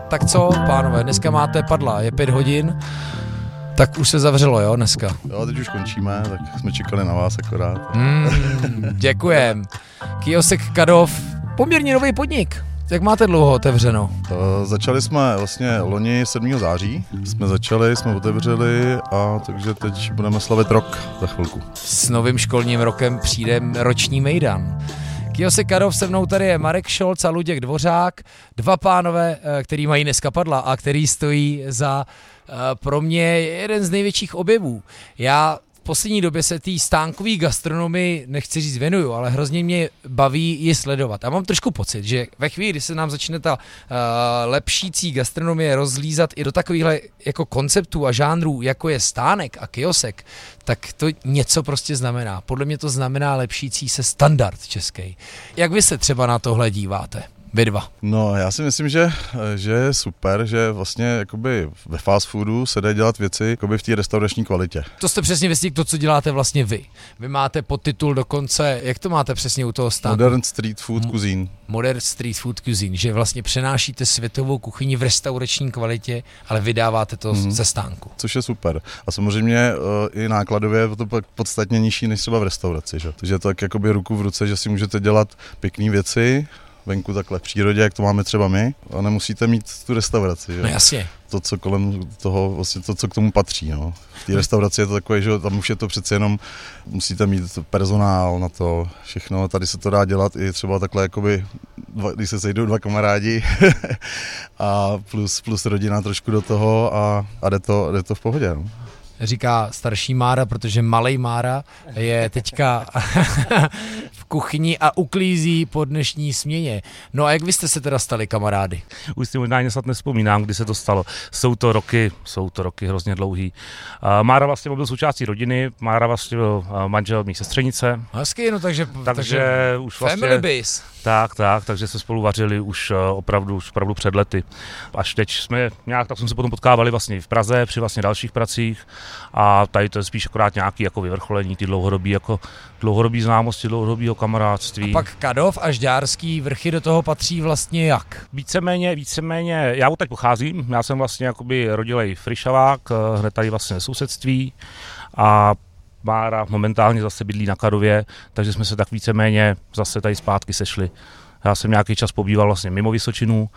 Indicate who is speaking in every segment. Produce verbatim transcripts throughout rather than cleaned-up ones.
Speaker 1: Tak co, pánové, dneska máte padla, je pět hodin, tak už se zavřelo, jo, dneska.
Speaker 2: Jo, teď už končíme, tak jsme čekali na vás akorát.
Speaker 1: Mm, děkujem. Kiosk Kadov, poměrně nový podnik. Jak máte dlouho otevřeno?
Speaker 2: To začali jsme vlastně loni sedmého září, jsme začali, jsme otevřeli a takže teď budeme slavit rok za chvilku.
Speaker 1: S novým školním rokem přijde roční mejdan. Kiosk Kadov, se mnou tady je Marek Šolc a Luděk Dvořák, dva pánové, který mají dneska padla a který stojí za pro mě jeden z největších objevů. Já v poslední době se té stánkové gastronomii, nechci říct věnuju, ale hrozně mě baví ji sledovat. A mám trošku pocit, že ve chvíli, kdy se nám začne ta uh, lepšící gastronomie rozlízat i do takovýchhle jako konceptů a žánrů, jako je stánek a kiosek, tak to něco prostě znamená. Podle mě to znamená lepšící se standard český. Jak vy se třeba na tohle díváte? Vy dva.
Speaker 2: No, já si myslím, že, že je super, že vlastně jakoby ve fast foodu se dá dělat věci jakoby v té restaurační kvalitě.
Speaker 1: To jste přesně vystihl to, co děláte vlastně vy. Vy máte podtitul dokonce, jak to máte přesně u toho stánku?
Speaker 2: Modern Street Food Cuisine.
Speaker 1: Modern Street Food Cuisine, že vlastně přenášíte světovou kuchyni v restaurační kvalitě, ale vydáváte to mm-hmm. ze stánku.
Speaker 2: Což je super. A samozřejmě uh, i nákladově je to podstatně nižší než třeba v restauraci. Že? Takže tak jakoby ruku v ruce, že si můžete dělat pěkné věci, venku takhle v přírodě, jak to máme třeba my, a nemusíte mít tu restauraci. Že?
Speaker 1: No jasně.
Speaker 2: To, co kolem toho, vlastně to, co k tomu patří. No. V té restauraci je to takové, že tam už je to přece jenom, musíte mít personál na to, všechno. Tady se to dá dělat i třeba takhle, jakoby, dva, když se sejdou dva kamarádi a plus, plus rodina trošku do toho a, a jde, to, jde to v pohodě. No.
Speaker 1: Říká starší Mára, protože malej Mára je teďka v kuchyni a uklízí po dnešní směně. No a jak vy jste se teda stali kamarády?
Speaker 3: Už si možná snad nespomínám, kdy se to stalo. Jsou to roky, jsou to roky hrozně dlouhý. Mára vlastně byl součástí rodiny, Mára vlastně byl manžel mý sestřenice.
Speaker 1: Hezky, no takže,
Speaker 3: takže, takže už vlastně...
Speaker 1: Family biz.
Speaker 3: Tak, tak, takže se spolu vařili už opravdu, už opravdu před lety. Až teď jsme nějak, tak jsme se potom potkávali vlastně v Praze při vlastně dalších pracích a tady to je spíš akorát nějaký jako vyvrcholení, ty dlouhodobý, jako dlouhodobý známosti, dlouhodobýho kamarádství.
Speaker 1: A pak Kadov a Žďárský Vrchy do toho patří vlastně jak?
Speaker 3: Víceméně, víceméně, já odtud pocházím, já jsem vlastně jakoby rodilej Frišavák, hned tady vlastně sousedství a Mára momentálně zase bydlí na Kadově, takže jsme se tak víceméně zase tady zpátky sešli. Já jsem nějaký čas pobýval vlastně mimo Vysočinu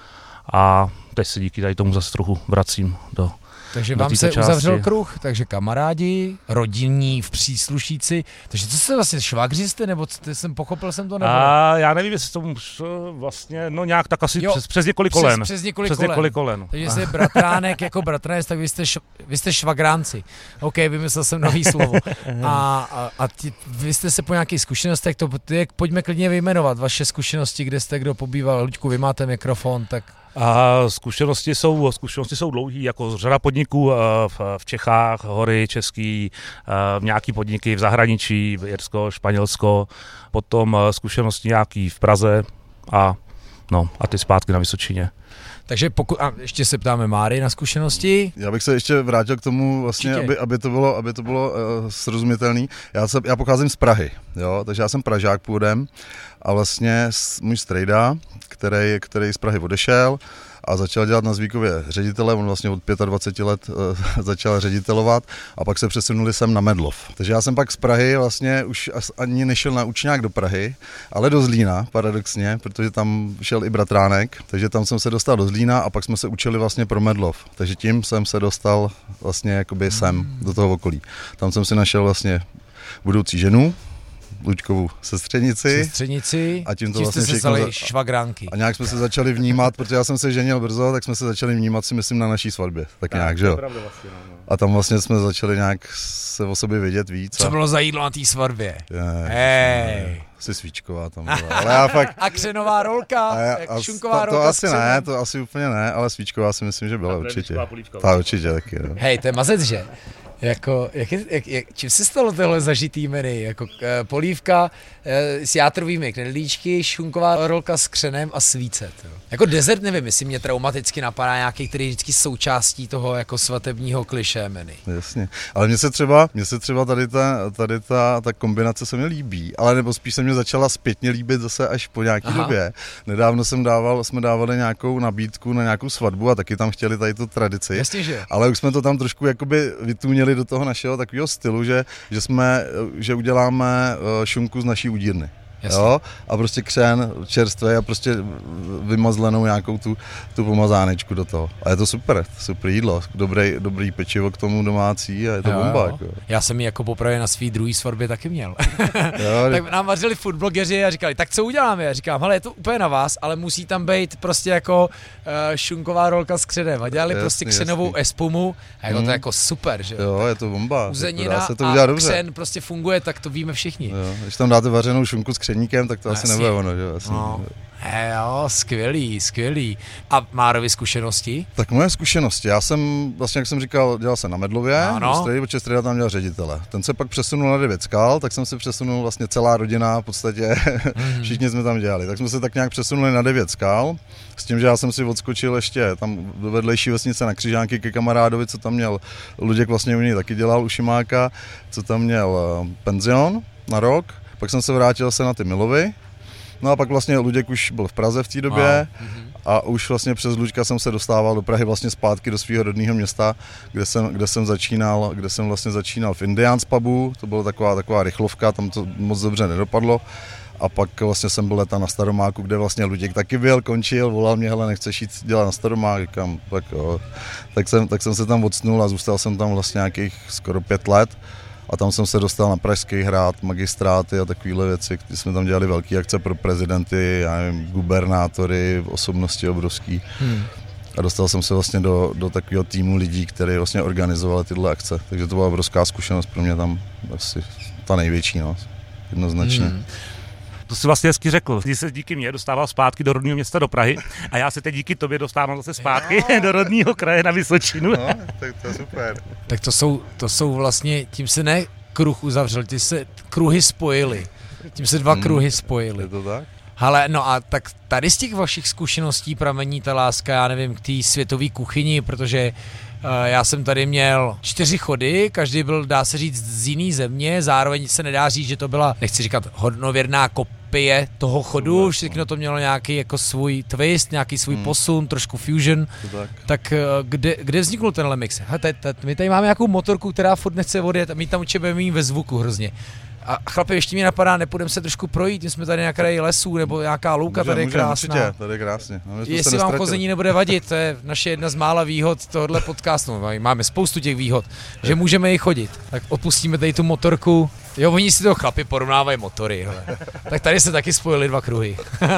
Speaker 3: a teď se díky tady tomu zase trochu vracím do
Speaker 1: Takže
Speaker 3: do
Speaker 1: vám se
Speaker 3: části.
Speaker 1: Uzavřel kruh, takže kamarádi, rodinní, v příslušníci, takže co jste vlastně, švagři jste, nebo jste, jsem pochopil jsem to, nebo?
Speaker 3: A já nevím, jestli to vlastně, no nějak tak asi jo, přes, přes několik
Speaker 1: přes,
Speaker 3: kolen.
Speaker 1: Přes několik
Speaker 3: přes
Speaker 1: kolen.
Speaker 3: několik kolen.
Speaker 1: Takže jste bratránek jako bratranec, tak vy jste, š, vy jste švagránci. OK, vymyslel jsem nový slovo. A, a, a ty, vy jste se po nějakých zkušenostech, to, ty, pojďme klidně vyjmenovat vaše zkušenosti, kde jste kdo pobýval. Luďku, vy máte mikrofon, tak...
Speaker 3: A zkušenosti jsou, zkušenosti jsou dlouhý, jako řada podniků v, v Čechách, hory český, nějaký podniky v zahraničí, Irsko, Španělsko, potom zkušenosti nějaký v Praze a, no, a ty zpátky na Vysočině.
Speaker 1: Takže pokud, a ještě se ptáme Máry na zkušenosti.
Speaker 2: Já bych se ještě vrátil k tomu, vlastně, aby, aby to bylo, aby to bylo uh, srozumitelný. Já, se, já pocházím z Prahy, jo, takže já jsem Pražák původem a vlastně můj strejda, který, který z Prahy odešel a začal dělat na Zvíkově ředitele, on vlastně od dvacet pět let uh, začal ředitelovat a pak se přesunuli sem na Medlov. Takže já jsem pak z Prahy vlastně už ani nešel na učňák do Prahy, ale do Zlína, paradoxně, protože tam šel i bratránek, takže tam jsem se dostal do Zlína a pak jsme se učili vlastně pro Medlov. Takže tím jsem se dostal vlastně jakoby sem, do toho okolí. Tam jsem si našel vlastně budoucí ženu, Luďkovu sestřenici.
Speaker 1: Sestřenici,
Speaker 2: a tím to
Speaker 1: tím
Speaker 2: vlastně
Speaker 1: jste se
Speaker 2: všechno
Speaker 1: stali švagránky.
Speaker 2: A nějak jsme se začali vnímat, protože já jsem se ženil brzo, tak jsme se začali vnímat, si myslím, na naší svatbě. Tak, tak nějak, že jo.
Speaker 3: Vlastně, no.
Speaker 2: A tam vlastně jsme začali nějak se o sobě vědět víc.
Speaker 1: Co
Speaker 2: a...
Speaker 1: bylo za jídlo na té svatbě?
Speaker 2: Je,
Speaker 1: Hej.
Speaker 2: Asi svíčková tam byla. Ale já fakt...
Speaker 1: A křenová rolka,
Speaker 2: a já,
Speaker 1: jak
Speaker 2: a
Speaker 1: šunková
Speaker 2: to,
Speaker 1: rolka.
Speaker 2: To asi ne, to asi úplně ne, ale svíčková si myslím, že byla určitě. Ta určitě taky, no.
Speaker 1: Hej, to je mazec, že? Jako, jak je, jak, jak, čím se stalo tohle zažitý menu? Jako e, polívka e, s játrovými knedlíčky, šunková rolka s křenem a svícet. Jo. Jako dezert nevím, jestli mě traumaticky napadá nějaký, který je vždycky součástí toho jako svatebního klišé menu.
Speaker 2: Jasně, ale mně se třeba, mně se třeba tady ta, tady ta, ta kombinace se mi líbí, ale nebo spíš se mě začala zpětně líbit zase až po nějaký Aha. době. Nedávno jsem dával, jsme dávali nějakou nabídku na nějakou svatbu a taky tam chtěli tady tu tradici.
Speaker 1: Jasně, že.
Speaker 2: Ale už jsme to tam trošku jakoby vytůněli do toho našeho takového stylu, že, že jsme, že uděláme šunku z naší udírny. Jo? A prostě křen čerstvý a prostě vymazlenou nějakou tu, tu pomazánečku do toho. A je to super, super jídlo, dobrý, dobrý pečivo k tomu domácí a je to jo, bomba. Jako.
Speaker 1: Já jsem ji jako poprvé na svý druhý svatbě taky měl. Jo, tak nám vařili foodblogeři a říkali, tak co uděláme? Já říkám, hele, je to úplně na vás, ale musí tam být prostě jako uh, šunková rolka s křenem. A dělali jasný, prostě křenovou jasný. espumu a jako hmm. to jako super, že
Speaker 2: jo? Je to bomba.
Speaker 1: Uzenina
Speaker 2: se to
Speaker 1: a
Speaker 2: dobře.
Speaker 1: křen prostě funguje, tak to víme všichni.
Speaker 2: Jo, když tam dáte vařenou šunku s křeníkem, tak to asi, asi nebude ono, že jo?
Speaker 1: No. He, jo, skvělý, skvělý. A Márovy zkušenosti?
Speaker 2: Tak moje zkušenosti, já jsem, vlastně jak jsem říkal, dělal jsem na Medlově, protože Strejda tam dělal ředitele. Ten se pak přesunul na Devět skal, tak jsem se přesunul vlastně celá rodina, v podstatě mm. všichni jsme tam dělali. Tak jsme se tak nějak přesunuli na Devět skal, s tím, že já jsem si odskočil ještě tam do vedlejší vesnice na Křižánky ke kamarádovi, co tam měl, Luděk vlastně u něj taky dělal, u Šimáka, co tam měl penzion na rok, pak jsem se vrátil se na ty Milovy. No a pak vlastně Luděk už byl v Praze v té době a, a už vlastně přes Luďka jsem se dostával do Prahy vlastně zpátky do svého rodného města, kde jsem, kde jsem začínal, kde jsem vlastně začínal v Indians pubu, to byla taková, taková rychlovka, tam to moc dobře nedopadlo. A pak vlastně jsem byl leta na Staromáku, kde vlastně Luděk taky byl, končil, volal mě, hele, nechceš jít dělat na Staromák, říkám, tak jo. Tak jsem, tak jsem se tam odsnul a zůstal jsem tam vlastně nějakých skoro pět let. A tam jsem se dostal na Pražský hrad, magistráty a takovéhle věci, kdy jsme tam dělali velké akce pro prezidenty, já nevím, gubernátory, osobnosti obrovský. Hmm. A dostal jsem se vlastně do, do takového týmu lidí, kteří vlastně organizovali tyhle akce. Takže to byla obrovská zkušenost pro mě tam asi ta největší, no, jednoznačně. Hmm.
Speaker 3: To si vlastně hezky řekl. Ty se díky mně dostával zpátky do rodného města do Prahy a já se teď díky tobě dostávám zase zpátky jo. do rodného kraje na Vysočinu.
Speaker 2: No, tak to je super.
Speaker 1: Tak to jsou, to jsou vlastně, tím se ne kruh uzavřel, tím se kruhy spojily. Tím se dva hmm. kruhy spojily.
Speaker 2: Je to tak?
Speaker 1: Hele, no a tak tady z těch vašich zkušeností pramení ta láska, já nevím, k té světové kuchyni, protože uh, já jsem tady měl čtyři chody, každý byl, dá se říct, z jiný země, zároveň se nedá říct, že to byla, nechci říkat, hodnověrná kopie toho chodu, všechno to mělo nějaký jako svůj twist, nějaký svůj hmm. posun, trošku fusion. Tak, tak kde, kde vznikl tenhle mix? He, t- t- my tady máme nějakou motorku, která furt nechce odjet a my tam určitě budeme mít ve zvuku hrozně. A chlapi, ještě mi napadá, nepůjdeme se trošku projít, my jsme tady na kraji lesů, nebo nějaká louka,
Speaker 2: můžem,
Speaker 1: tady je
Speaker 2: můžem,
Speaker 1: krásná.
Speaker 2: Určitě, tady je krásně. No,
Speaker 1: jestli vám chození nebude vadit, to je naše jedna z mála výhod tohohle podcastu. Máme spoustu těch výhod, že můžeme i chodit. Tak opustíme tady tu motorku. Jo, oni si to chlapi porovnávají motory. Hele. Tak tady se taky spojily dva kruhy.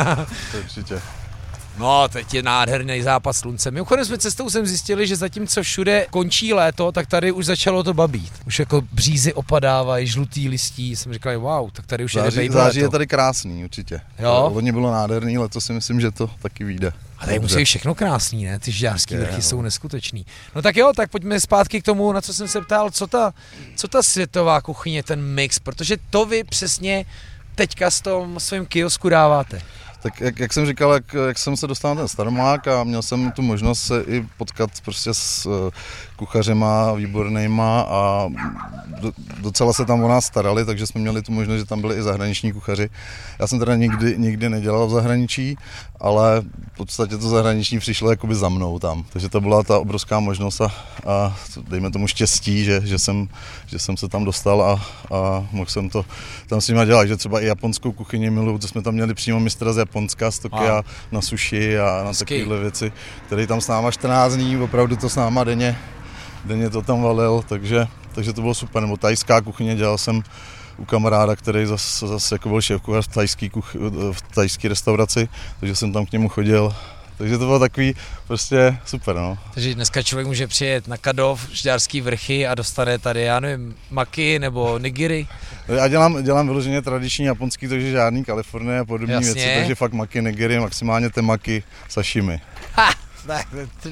Speaker 2: Určitě.
Speaker 1: No, teď je nádherný západ slunce. Mimochodem jsme cestou sem zjistili, že zatímco všude končí léto, tak tady už začalo to babít. Už jako břízy opadávají, žlutý listí. Jsem říkal, wow, tak tady už
Speaker 2: září,
Speaker 1: je
Speaker 2: září je tady krásný, určitě.
Speaker 1: Jo?
Speaker 2: Loni bylo nádherný, letos si myslím, že to taky vyjde.
Speaker 1: A tady musí všechno krásný, ne? Ty žďárský vrchy no. jsou neskutečný. No tak jo, tak pojďme zpátky k tomu, na co jsem se ptal, co ta, co ta světová kuchyně, ten mix, protože to vy přesně teďka s tom svým kiosku dáváte.
Speaker 2: Tak jak, jak jsem říkal, jak, jak jsem se dostal na ten Staromák a měl jsem tu možnost se i potkat prostě s uh, kuchařema výbornýma a do, docela se tam o nás starali, takže jsme měli tu možnost, že tam byli i zahraniční kuchaři. Já jsem teda nikdy, nikdy nedělal v zahraničí, ale v podstatě to zahraniční přišlo jakoby za mnou tam. Takže to byla ta obrovská možnost a, a dejme tomu štěstí, že, že, jsem, že jsem se tam dostal a, a mohl jsem to tam s nima dělat. Že třeba i japonskou kuchyni miluju, to jsme tam měli přímo mistra z Japonska, z Tokia a na sushi a na takovéhle věci, který tam s náma čtrnáct dní, opravdu to s náma denně, denně to tam valil, takže, takže to bylo super. Nebo tajská kuchyně, dělal jsem u kamaráda, který zase zas jako byl šéfkuchař v tajský, kuch, v tajský restauraci, takže jsem tam k němu chodil. Takže to bylo takový prostě super, no.
Speaker 1: Takže dneska člověk může přijet na Kadov, žďárský vrchy a dostane tady, já nevím, maki nebo nigiri.
Speaker 2: Já dělám, dělám vyloženě tradiční japonský, takže žádný Kalifornie a podobné věci, takže fakt maki, nigiri, maximálně temaki, sashimi.
Speaker 1: Ha! ne,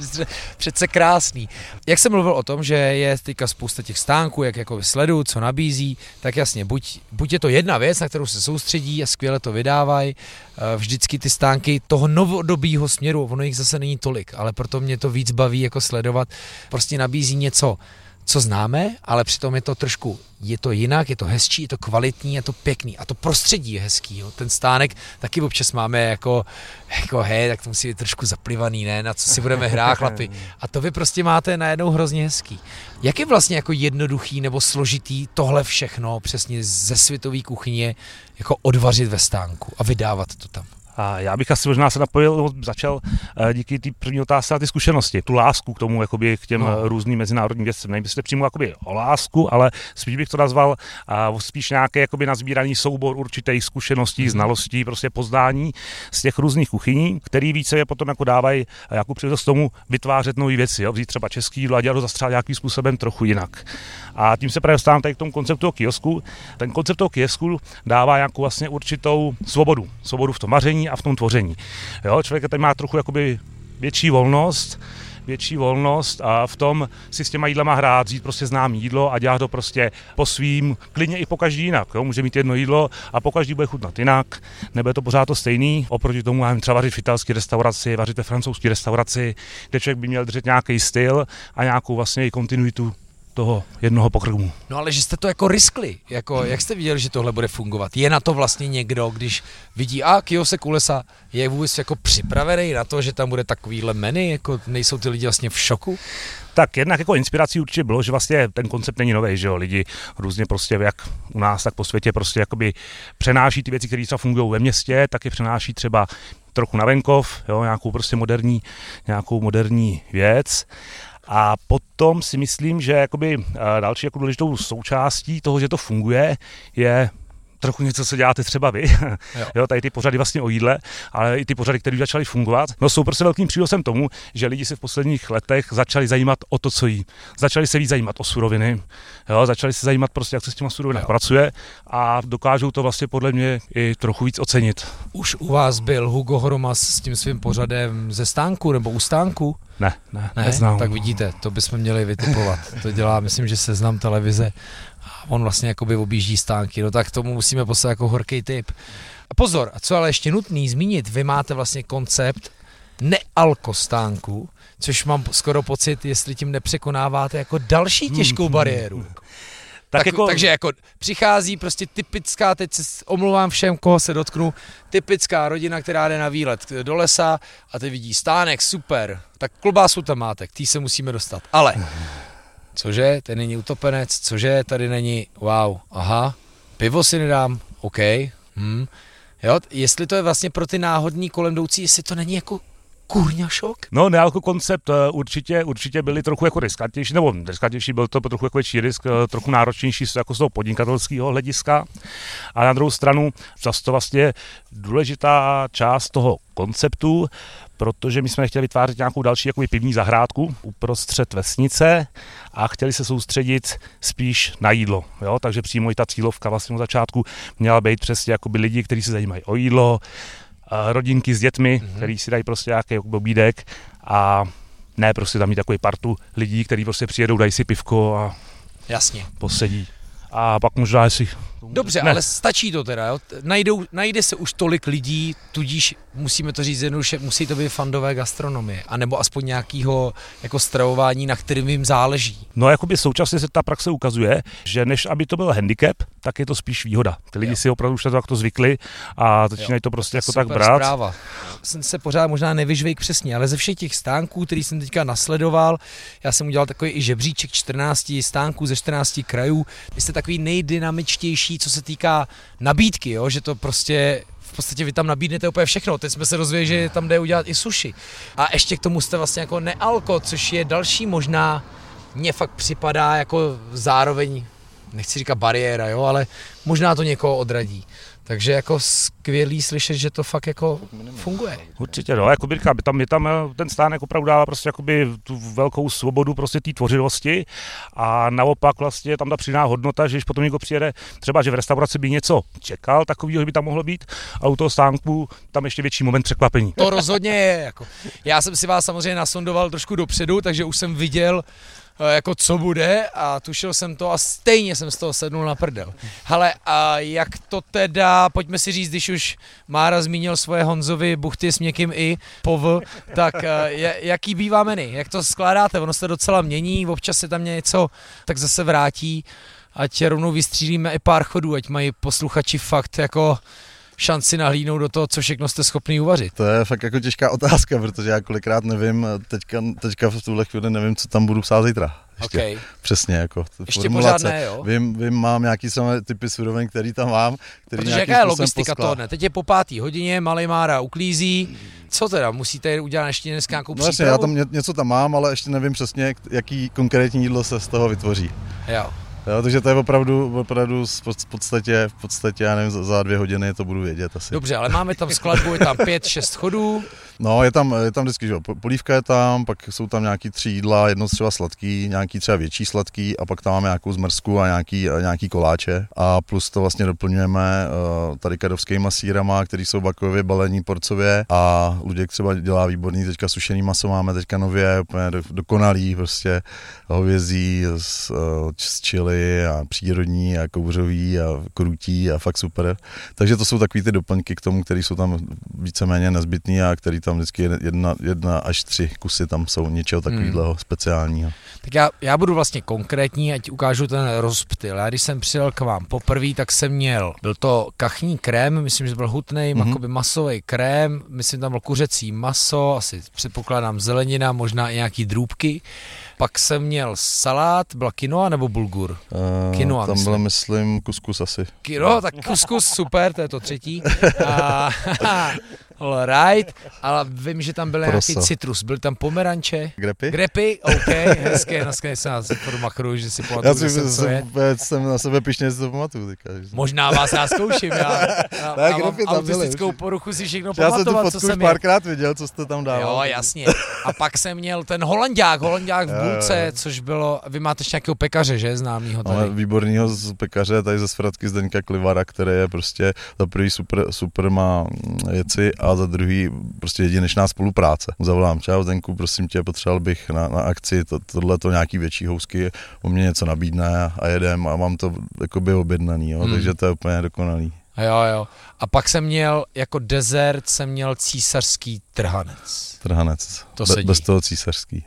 Speaker 1: přece krásný. Jak jsem mluvil o tom, že je teďka spousta těch stánků, jak jako sleduju, co nabízí, tak jasně, buď, buď je to jedna věc, na kterou se soustředí a skvěle to vydávají, vždycky ty stánky toho novodobího směru, ono jich zase není tolik, ale proto mě to víc baví jako sledovat, prostě nabízí něco, co známe, ale přitom je to trošku, je to jinak, je to hezčí, je to kvalitní, je to pěkný a to prostředí je hezký, jo. Ten stánek taky občas máme jako, jako hej, tak to musí být trošku zaplivaný, ne, na co si budeme hrát, chlapi. A to vy prostě máte najednou hrozně hezký. Jak je vlastně jako jednoduchý nebo složitý tohle všechno přesně ze světové kuchyně jako odvařit ve stánku a vydávat to tam?
Speaker 3: A já bych asi možná se napojil, začal díky té první otázce na ty zkušenosti, tu lásku k tomu, jakoby, k těm no. různým mezinárodním věcem. Nevím, jestli přímo jakoby o lásku, ale spíš bych to nazval uh, spíš nějaký jakoby nazbíraný soubor určitých zkušeností, mm. znalostí, prostě poznání z těch různých kuchyní, který více je potom jako dávají jako příležitost tomu vytvářet nové věci, jo? Vzít třeba český jídlo a dělat ho zase nějakým způsobem trochu jinak. A tím se právě dostávám tady k tomu konceptu toho kiosku. Ten koncept toho kiosku dává nějakou vlastně určitou svobodu. Svobodu v tom vaření a v tom tvoření. Jo, člověk tady má trochu jakoby větší volnost, větší volnost a v tom si s těma jídlama hrát, vzít prostě známý jídlo a dělat to prostě po svým, klidně i po každý jinak. Jo? Může mít jedno jídlo a po každý bude chutnat jinak, nebude to pořád to stejný. Oproti tomu já třeba vařit v italské restauraci, vařit ve francouzské restauraci, kde člověk by měl držet nějaký styl a nějakou vlastně i kontinuitu toho jednoho pokrmu.
Speaker 1: No ale že jste to jako riskli, jako jak jste viděli, že tohle bude fungovat? Je na to vlastně někdo, když vidí, a Kiyosek u lesa je vůbec jako připravený na to, že tam bude takovýhle menu, jako nejsou ty lidi vlastně v šoku?
Speaker 3: Tak jednak jako inspirací určitě bylo, že vlastně ten koncept není nový, že jo, lidi různě prostě jak u nás, tak po světě prostě jakoby přenáší ty věci, které třeba fungují ve městě, tak je přenáší třeba trochu na venkov, jo, nějakou prostě moderní, nějakou moderní věc. A potom si myslím, že jakoby další jako důležitou součástí toho, že to funguje, je trochu něco, co děláte třeba vy. Jo. Jo, tady ty pořady vlastně o jídle, ale i ty pořady, které začaly fungovat, no jsou prostě velkým přínosem tomu, že lidi se v posledních letech začali zajímat o to, co jí. Začali se víc zajímat o suroviny, jo, začali se zajímat prostě, jak se s těma surovinami pracuje a dokážou to vlastně podle mě i trochu víc ocenit.
Speaker 1: Už u vás byl Hugo Hromas s tím svým pořadem ze stánku nebo u stánku?
Speaker 3: Ne, ne,
Speaker 1: ne,
Speaker 3: neznám.
Speaker 1: Tak vidíte, to bychom měli vytipovat. To dělá, myslím, že Seznam televize. On vlastně jakoby objíždí stánky, no tak tomu musíme poslat jako horký tip. A pozor, a co ale ještě nutný zmínit, vy máte vlastně koncept nealko stánku, což mám skoro pocit, jestli tím nepřekonáváte jako další těžkou hmm. bariéru. Tak, tak jako... Takže jako přichází prostě typická, teď se omlouvám všem, koho se dotknu, typická rodina, která jde na výlet do lesa a ty vidí stánek, super, tak klobásu tam máte, k tý se musíme dostat, ale... Cože, tady není utopenec, cože, tady není, wow, aha, pivo si nedám, OK, hm. Jo, jestli to je vlastně pro ty náhodní kolem jdoucí, jestli to není jako kurňa šok?
Speaker 3: No, nealko koncept určitě, určitě byli trochu jako riskantnější, nebo riskantnější, byl to trochu jako větší risk, trochu náročnější jako z toho podnikatelského hlediska. A na druhou stranu často vlastně důležitá část toho konceptu, protože my jsme chtěli vytvářet nějakou další jakoby pivní zahrádku uprostřed vesnice a chtěli se soustředit spíš na jídlo. Jo? Takže přímo i ta cílovka vlastně od začátku měla být přesně jakoby lidi, kteří se zajímají o jídlo, rodinky s dětmi, mm-hmm. který si dají prostě nějaký obídek a ne prostě tam mít takový partu lidí, kteří prostě přijedou, dají si pivko a
Speaker 1: jasně
Speaker 3: posedí. A pak možná jestli...
Speaker 1: Dobře, ne. Ale stačí to teda, jo? Najdou, najde se už tolik lidí, tudíž musíme to říct jednoduše, musí to být fandové gastronomie, anebo aspoň nějakého jako stravování, na kterým jim záleží.
Speaker 3: No jakoby současně se ta praxe ukazuje, že než aby to byl handicap, tak je to spíš výhoda. Ty lidi jo. si opravdu už na to takto zvykli a začínají to prostě to jako tak brát.
Speaker 1: Zpráva. Jsem se pořád možná nevyžvejk přesně, ale ze všech těch stánků, který jsem teďka nasledoval, já jsem udělal takový i žebříček čtrnácti stánků ze čtrnácti krajů. Vy jste takový nejdynamičtější, co se týká nabídky, jo? Že to prostě v podstatě vy tam nabídnete úplně všechno. Teď jsme se dozvěděli, že tam jde udělat i sushi. A ještě k tomu jste vlastně jako nealko, což je další možná, mně fakt připadá jako zároveň, nechci říkat bariéra, jo? Ale možná to někoho odradí. Takže jako skvělý slyšet, že to fakt jako funguje.
Speaker 3: Určitě, no, jako říkám, tam, je tam ten stánek opravdu dává prostě jakoby tu velkou svobodu prostě té tvořivosti a naopak vlastně tam ta přidaná hodnota, že když potom někdo přijede, třeba že v restauraci by něco čekal takového, že by tam mohlo být, a u toho stánku tam ještě větší moment překvapení.
Speaker 1: To rozhodně je, jako. Já jsem si vás samozřejmě nasondoval trošku dopředu, takže už jsem viděl, jako co bude a tušil jsem to a stejně jsem z toho sednul na prdel. Hele, a jak to teda, pojďme si říct, když už Mára zmínil svoje Honzovi buchty s měkkým i, pov, tak jaký bývá menu? Jak to skládáte? Ono se docela mění, občas se tam něco tak zase vrátí, ať rovnou vystřílíme i pár chodů, ať mají posluchači fakt jako šanci nahlídnout do toho, co všechno jste schopný uvařit.
Speaker 2: To je fakt jako těžká otázka, protože já kolikrát nevím, teďka, teďka v tuhle chvíli nevím, co tam budu psát zítra. Ještě,
Speaker 1: okay.
Speaker 2: Přesně, jako
Speaker 1: ještě formulace. Pořád ne, jo?
Speaker 2: Vím, vím, mám nějaký samé typy surovin, který tam mám. Který
Speaker 1: protože jaká je logistika toho dne? Teď je po pátý hodině, malej Mára uklízí. Co teda? Musíte udělat ještě dneska nějakou
Speaker 2: no
Speaker 1: přípravu?
Speaker 2: Já tam ně, něco tam mám, ale ještě nevím přesně, jaký konkrétní jídlo se z toho vytvoří.
Speaker 1: Jo.
Speaker 2: Jo, takže to je opravdu, opravdu v podstatě, v podstatě, já nevím, za dvě hodiny to budu vědět asi.
Speaker 1: Dobře, ale máme tam skladbu, je tam pět, šest chodů.
Speaker 2: No, je tam, je tam vždycky, že jo, polívka je tam, pak jsou tam nějaký tři jídla, jedno třeba sladký, nějaký třeba větší sladký a pak tam máme nějakou zmrzku a nějaký, a nějaký koláče a plus to vlastně doplňujeme uh, tady kadovskýma sýrama, který jsou bakově balení porcově a Luděk třeba dělá výborný, teďka sušený maso máme teďka nově, úplně dokonalý, prostě hovězí s, uh, s chili a přírodní a kouřový a krutí a fakt super. Takže to jsou takový ty doplňky k tomu, které jsou tam víceméně nezbytný a který tam vždycky jedna, jedna až tři kusy tam jsou něčeho takového hmm. speciálního.
Speaker 1: Tak já, já budu vlastně konkrétní, ať ukážu ten rozptyl. Já když jsem přijel k vám poprvé, tak jsem měl, byl to kachní krém, myslím, že byl hutnej, mm-hmm. jakoby masový krém, myslím, tam byl kuřecí maso, asi předpokládám zelenina, možná i nějaký drůbky. Pak jsem měl salát, byla quinoa nebo bulgur?
Speaker 2: Uh,
Speaker 1: quinoa,
Speaker 2: tam
Speaker 1: myslím.
Speaker 2: byl, myslím, kuskus asi.
Speaker 1: No, tak kuskus, super, to je to třetí. A, all right, ale vím, že tam byl
Speaker 2: Prosa.
Speaker 1: nějaký citrus, byl tam pomeranče.
Speaker 2: Grepy?
Speaker 1: Grepy, OK, hezké, dneska se nás podmachruju, že si pamatuju,
Speaker 2: já
Speaker 1: jsem, co je.
Speaker 2: jsem na sebe pišně, že si to pamatuju. Teďka, že...
Speaker 1: Možná vás já zkouším, já, já, já mám autistickou byli, poruchu si všechno
Speaker 2: já
Speaker 1: pamatovat,
Speaker 2: jsem
Speaker 1: co
Speaker 2: jsem
Speaker 1: jsem
Speaker 2: párkrát viděl, co jste tam dával.
Speaker 1: Jo, jasně. A pak jsem měl ten holanďák, holanďák v bulce, což bylo, vy máte ještě nějakého pekaře, že, známýho tady?
Speaker 2: Máme výbornýho z pekaře, tady ze Svratky Zdeňka Klivara, který je prostě za prvý super, super má věci a za druhý prostě jedinečná spolupráce. Zavolám, čau Zdenku, prosím tě, potřeboval bych na, na akci to, tohleto nějaký větší housky, o mě něco nabídne a jedem a mám to jakoby objednaný, jo, hmm. takže to je úplně dokonalý.
Speaker 1: Jo, jo. A pak jsem měl, jako dezert jsem měl císařský trhanec.
Speaker 2: Trhanec,
Speaker 1: to
Speaker 2: Be, bez toho císařský.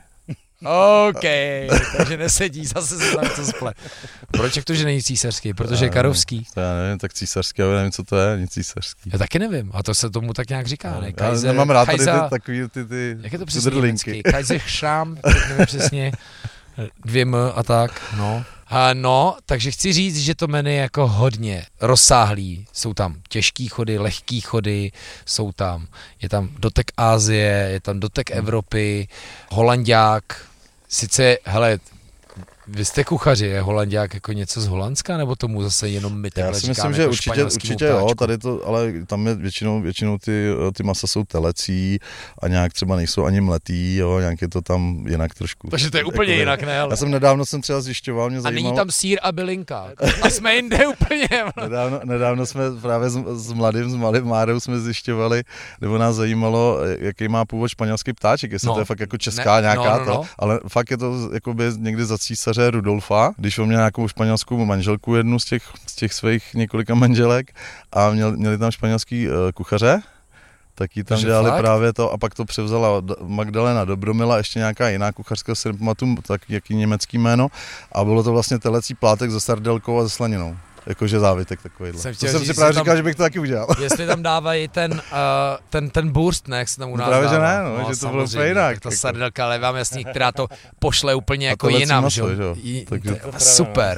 Speaker 1: OK, takže nesedí, zase se tam to splet. Proč jak to, že není císařský? Protože je karovský.
Speaker 2: To já nevím, tak císařský, ale nevím, co to je, nic císařský.
Speaker 1: Já taky nevím, a to se tomu tak nějak říká, ne?
Speaker 2: Kaiser, já nemám rád tady ty, takový ty, ty
Speaker 1: jak je to přesně německý? Kaiserscham, nevím přesně, dvě M a tak, no. A no, takže chci říct, že to menu je jako hodně rozsáhlý. Jsou tam těžký chody, lehký chody, jsou tam, je tam dotek Asie, je tam dotek Evropy, holanďák. Sice, hele, vy jste kuchaři, je holanďák jako něco z Holandska, nebo tomu zase jenom my takhle
Speaker 2: Já si
Speaker 1: říkáme
Speaker 2: myslím, že
Speaker 1: jako
Speaker 2: určitě, určitě jo, tady to, ale tam je většinou, většinou ty, ty masa jsou telecí a nějak třeba nejsou ani mletý, jo, nějak je to tam jinak trošku.
Speaker 1: Takže to je úplně
Speaker 2: jako,
Speaker 1: jinak, ne? Ale...
Speaker 2: Já jsem nedávno jsem třeba zjišťoval, mě zajímalo.
Speaker 1: A není tam sýr a bylinka. A jsme jinde úplně.
Speaker 2: nedávno, nedávno jsme právě s, s mladým, s malým Márou jsme zjišťovali, nebo nás zajímalo, jaký má původ španělský ptáček, jestli no. to je fakt jako česká ne, nějaká no, no, no. to, ale fakt je to jakoby někdy za císaře Rudolfa, když on měl nějakou španělskou manželku, jednu z těch, z těch svých několika manželek a měl, měli tam španělský uh, kuchaře, tak jí tam Takže dělali fakt? právě to a pak to převzala Magdalena Dobromila, ještě nějaká jiná kuchařská, si nepamatuju, tak jaký německý jméno a bylo to vlastně telecí plátek se sardelkou a se slaninou. Jakože závitek takovýhle. Jsem, to jsem si právě říkal, tam, že bych to taky udělal. Jestli
Speaker 1: tam dávají ten, uh, ten, ten burst, ne, jak se tam u nás
Speaker 2: právě,
Speaker 1: dává.
Speaker 2: Právě, že ne, no, no, že to bylo úplně jinak.
Speaker 1: Ta sardelka, ale vám jasný, která to pošle úplně jako jinam.
Speaker 2: Maso, že?
Speaker 1: I, Takže to super.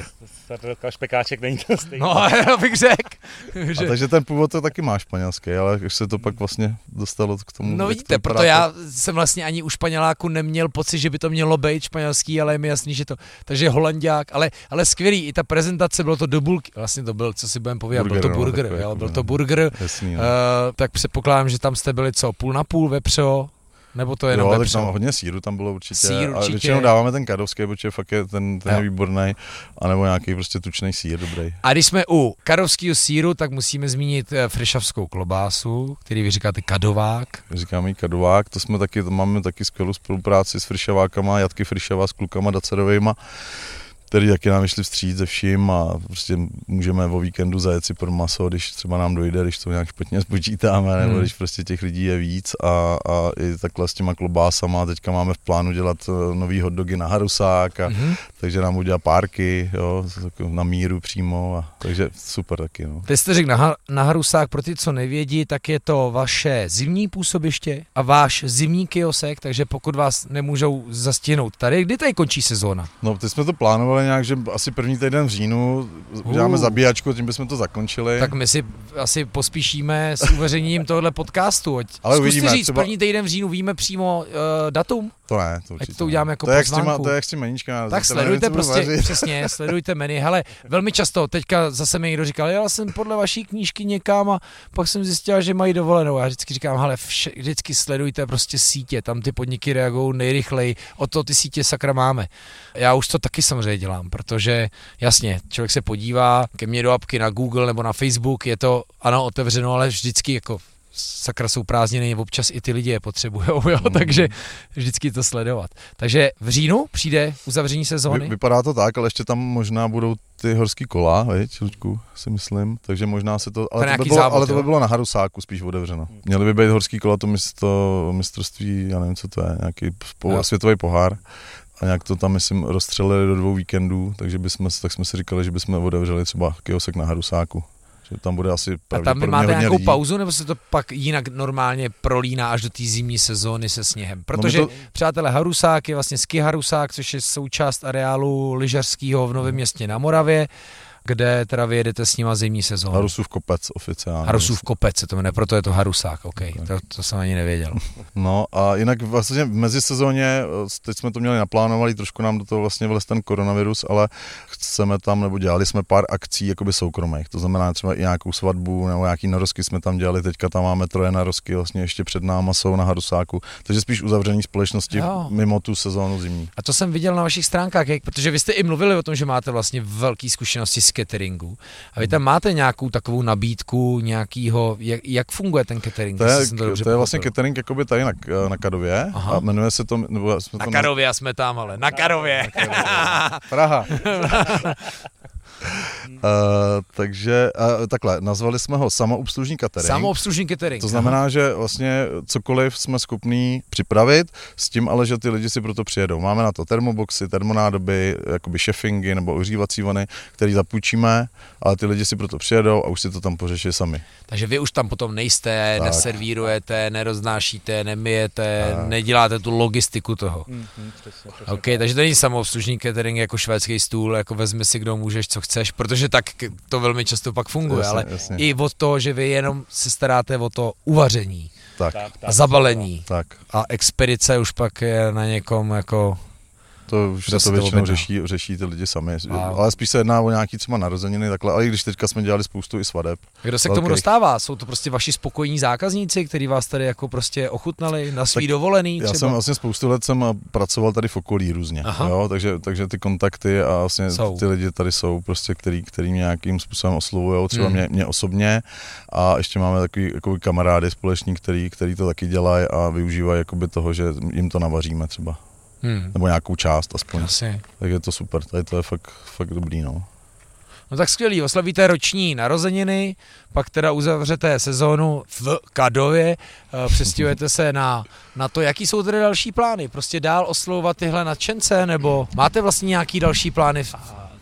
Speaker 3: špekáček není to stejný.
Speaker 1: No, já bych řekl.
Speaker 2: Že... Takže ten původ to taky má španělský, ale už se to pak vlastně dostalo k tomu.
Speaker 1: No vidíte, proto já jsem vlastně ani u Španěláku neměl pocit, že by to mělo být španělský, ale je mi jasný, že to, takže holanďák, ale, ale skvělý, i ta prezentace, bylo to do bulky, vlastně to byl, co si budeme povědět, byl to burger,
Speaker 2: no,
Speaker 1: jo, byl to burger,
Speaker 2: jasný, no.
Speaker 1: uh, tak předpokládám, že tam jste byli co, půl na půl vepřo, nebo to je jenom
Speaker 2: jo,
Speaker 1: vepřo?
Speaker 2: Tak tam hodně síru tam bylo určitě,
Speaker 1: Sír určitě.
Speaker 2: A většinou dáváme ten kadovský, protože fakt je ten, ten je výborný, anebo nějaký prostě tučný sír dobrý.
Speaker 1: A když jsme u kadovského síru, tak musíme zmínit frišavskou klobásu, který vy říkáte kadovák.
Speaker 2: Říkáme jí kadovák, to jsme taky, to máme taky skvělou spolupráci s frišavákama, Jatky Frišava s klukama Dacerovejma, který taky nám vyšli vstříc ze vším a prostě můžeme o víkendu zajet si pro maso, když třeba nám dojde, když to nějak špatně spočítáme, nebo hmm. když prostě těch lidí je víc a, a i takhle s těma klobásama. Teďka máme v plánu dělat nový hot dogy na harusák, a, hmm. takže nám udělá párky, jo, na míru přímo, a, takže super taky. No.
Speaker 1: Ty jste řekl na, na harusák, pro ty, co nevědí, tak je to vaše zimní působiště a váš zimní kiosek, takže pokud vás nemůžou zastihnout tady, kdy tady končí sezóna?
Speaker 2: No, teď jsme to plánovali nějak, že asi první týden v říjnu uděláme uh. zabíjačku, tím bychom to zakončili.
Speaker 1: Tak my si asi pospíšíme s uveřejněním tohohle podcastu.
Speaker 2: Ale
Speaker 1: zkuste
Speaker 2: uvidíme,
Speaker 1: říct,
Speaker 2: třeba...
Speaker 1: první týden v říjnu víme přímo uh, datum?
Speaker 2: To ne, to určitě.
Speaker 1: Ať to uděláme jako
Speaker 2: to je
Speaker 1: pozvánku.
Speaker 2: To je jak s tím meníčkem.
Speaker 1: Tak sledujte prostě, přesně, sledujte menu. Hele, velmi často, teďka zase mi někdo říkal, já jsem podle vaší knížky někam a pak jsem zjistil, že mají dovolenou. Já vždycky říkám, hele, vše, vždycky sledujte prostě sítě, tam ty podniky reagují nejrychleji, o to ty sítě sakra máme. Já už to taky samozřejmě dělám, protože jasně, člověk se podívá ke mně do apky na Google nebo na Facebook, je to ano otevřeno, ale vždycky jako sakra jsou prázdniny, občas i ty lidi je potřebujou, jo, mm. takže vždycky to sledovat. Takže v říjnu přijde uzavření sezóny?
Speaker 2: Vy, vypadá to tak, ale ještě tam možná budou ty horský kola, veď, Luďku, si myslím, takže možná se to, ale to, by bylo, závod, ale to by bylo na harusáku spíš otevřeno. Měly by být horský kola, to místo, mistrovství, já nevím, co to je, nějaký po, světový pohár. A nějak to tam, myslím, rozstřelili do dvou víkendů, takže bychom, tak jsme si říkali, že bychom otevřeli třeba kiosek na harusáku. Že tam bude asi
Speaker 1: a tam vy máte nějakou
Speaker 2: lidí.
Speaker 1: Pauzu, nebo se to pak jinak normálně prolíná až do té zimní sezóny se sněhem? Protože, no to... přátelé, harusák je vlastně ski harusák, což je součást areálu lyžařského v Novém Městě na Moravě, kde teda vyjedete s nima zimní sezónu.
Speaker 2: Harusův kopec oficiálně.
Speaker 1: Harusův kopec se to jmenuje, proto je to harusák, ok, to, to jsem ani nevěděl.
Speaker 2: No a jinak vlastně v mezisezóně, teď jsme to měli naplánovaný, trošku nám do toho vlastně vlez ten koronavirus, ale chceme tam, nebo dělali jsme pár akcí jakoby soukromých, to znamená třeba i nějakou svatbu, nebo nějaký narozky jsme tam dělali, teďka tam máme troje narozky, vlastně ještě před náma jsou na harusáku, takže spíš uzavření společnosti jo. mimo tu sezónu zimní.
Speaker 1: A to jsem viděl na vašich stránkách, jak, protože vy jste i mluvili o tom, že máte vlastně velké zkušenosti s cateringu. A vy tam máte nějakou takovou nabídku nějakého, jak, jak funguje ten catering?
Speaker 2: To je, to to je vlastně catering jakoby tady na, na Kadově. Aha. A jmenuje se to... Nebo jsme
Speaker 1: na
Speaker 2: to
Speaker 1: Kadově na... jsme tam, ale na Kadově.
Speaker 2: Na Kadově. Praha. Uh, takže uh, takhle, nazvali jsme ho samoobslužný catering.
Speaker 1: Samoobslužný catering.
Speaker 2: To znamená, aha. že vlastně cokoliv jsme schopní připravit, s tím ale, že ty lidi si proto přijedou. Máme na to termoboxy, termonádoby, jakoby šefingy nebo ohřívací vany, který zapůjčíme, ale ty lidi si proto přijedou a už si to tam pořeší sami.
Speaker 1: Takže vy už tam potom nejste, tak. neservírujete, neroznášíte, nemijete, tak. neděláte tu logistiku toho. Mm-hmm, přesně, přesně, OK, tak. takže to není samoobslužný catering jako švédský stůl, jako vezmi si, kdo můžeš, co chceš, protože tak to velmi často pak funguje, jasně, ale jasně. i od toho, že vy jenom se staráte o to uvaření
Speaker 2: tak.
Speaker 1: a zabalení
Speaker 2: tak.
Speaker 1: a expedice už pak je na někom jako...
Speaker 2: To už se to většinou řeší, řeší ty lidi sami, wow. ale spíš se jedná o nějaký třeba narozeniny, takhle, ale i když teďka jsme dělali spoustu i svadeb.
Speaker 1: Kdo se velkých. K tomu dostává? Jsou to prostě vaši spokojení zákazníci, kteří vás tady jako prostě ochutnali na svý tak dovolený?
Speaker 2: Já
Speaker 1: třeba?
Speaker 2: jsem vlastně spoustu let jsem pracoval tady v okolí různě, jo, takže, takže ty kontakty a vlastně jsou. Ty lidi tady jsou prostě, který, který mě nějakým způsobem oslovujou, třeba hmm. mě, mě osobně a ještě máme takový jakoby kamarády společní, který, který to taky dělají a využívají jakoby toho, že jim to navaříme třeba. Hmm. Nebo nějakou část aspoň.
Speaker 1: Asi.
Speaker 2: Tak je to super, tady to je fakt, fakt dobrý, no.
Speaker 1: No tak skvělý, oslavíte roční narozeniny, pak teda uzavřete sezónu v Kadově, přestěhujete se na, na to, jaký jsou tedy další plány, prostě dál oslovovat tyhle nadšence, nebo máte vlastně nějaký další plány?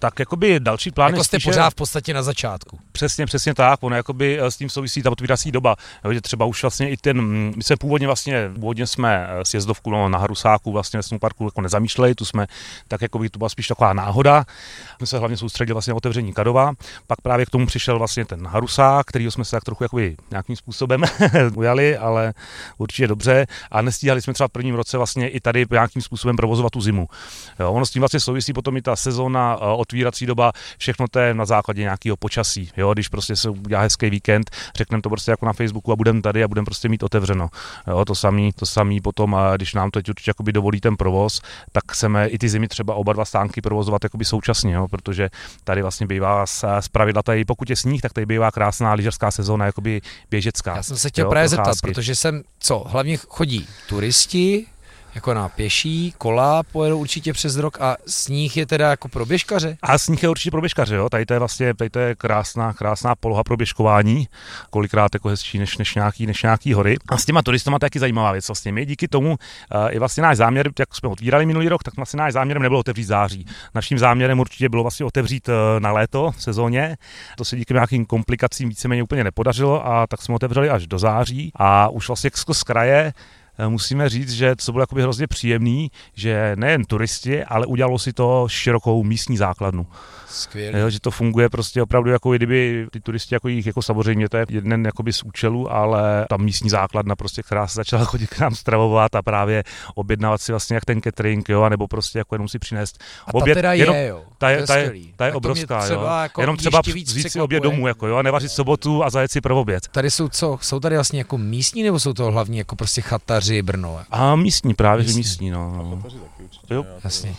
Speaker 3: Tak jakoby další plán
Speaker 1: jako jste
Speaker 3: spíše...
Speaker 1: pořád v podstatě na začátku.
Speaker 3: Přesně, přesně tak, ono jakoby s tím souvisí ta otvírací doba, jo, že třeba už vlastně i ten, my jsme původně vlastně, původně jsme sjezdovku no, na Harusáku vlastně ve snowparku jako nezamýšleli, tu jsme, tak jakoby to byla spíš taková náhoda, my se hlavně soustředili vlastně na otevření Kadova, pak právě k tomu přišel vlastně ten Harusák, kterýho jsme se tak trochu jakoby nějakým způsobem ujali, ale určitě dobře a nestíhali jsme třeba v prvním roce vlastně i tady nějakým způsobem provozovat tu zimu. Jo, ono s tím vlastně souvisí potom i ta sezóna, otvírací doba, všechno to je na základě nějakého počasí. Jo, když prostě se udělá hezký víkend, řekneme to prostě jako na Facebooku a budeme tady a budeme prostě mít otevřeno. Jo, to samý, to samý potom, když nám teď určitě jakoby dovolí ten provoz, tak chceme i ty zimy třeba oba dva stánky provozovat jakoby současně, jo, protože tady vlastně bývá z pravidla tady, pokud je sníh, tak tady bývá krásná lyžařská sezóna, jakoby běžecká.
Speaker 1: Já jsem se chtěl jo, právě zeptat, protože jsem, co, hlavně chodí turisti, jako na pěší, kola pojedou určitě přes rok a sníh je teda jako pro běžkaře?
Speaker 3: A sníh je určitě pro běžkaře, jo. Tady to je vlastně, tady to je krásná, krásná poloha pro běžkování, kolikrát jako hezčí než, než, nějaký, než nějaký hory. A s těma turistama taky zajímavá věc. Vlastně my díky tomu uh, i vlastně náš záměr, jak jsme otvírali minulý rok, tak vlastně náš záměrem nebylo otevřít září. Naším záměrem určitě bylo vlastně otevřít uh, na léto v sezóně. To se díky nějakým komplikacím víceméně úplně nepodařilo a tak jsme otevřeli až do září a už vlastně z kraje musíme říct, že to bylo jakoby hrozně příjemný, že nejen turisti, ale udělalo si to širokou místní základnu.
Speaker 1: Skvělé.
Speaker 3: Jo, že to funguje prostě opravdu jako kdyby ty turisti jako jich jako samozřejmě to je jeden jakoby z účelů, ale ta místní základna prostě, která se začala chodit k nám stravovat a právě objednávat si vlastně jak ten catering, jo, nebo prostě jako jenom si přinést
Speaker 1: a
Speaker 3: oběd.
Speaker 1: Ta teda
Speaker 3: jenom,
Speaker 1: je, jo.
Speaker 3: Ta je,
Speaker 1: to je,
Speaker 3: ta je, ta je obrovská, jo. Jako jenom třeba vzít si oběd domů, jako jo, a nevařit sobotu a zajet si pro oběd.
Speaker 1: Tady jsou co? Jsou tady vlastně jako místní, nebo jsou to hlavně jako prostě chataři Brno?
Speaker 3: A místní, právě místní, že místní, no.
Speaker 2: A chataři taky určitě.
Speaker 1: Jo, jasně.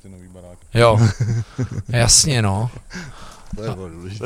Speaker 1: Jo, jasně, no.
Speaker 2: To je důležité.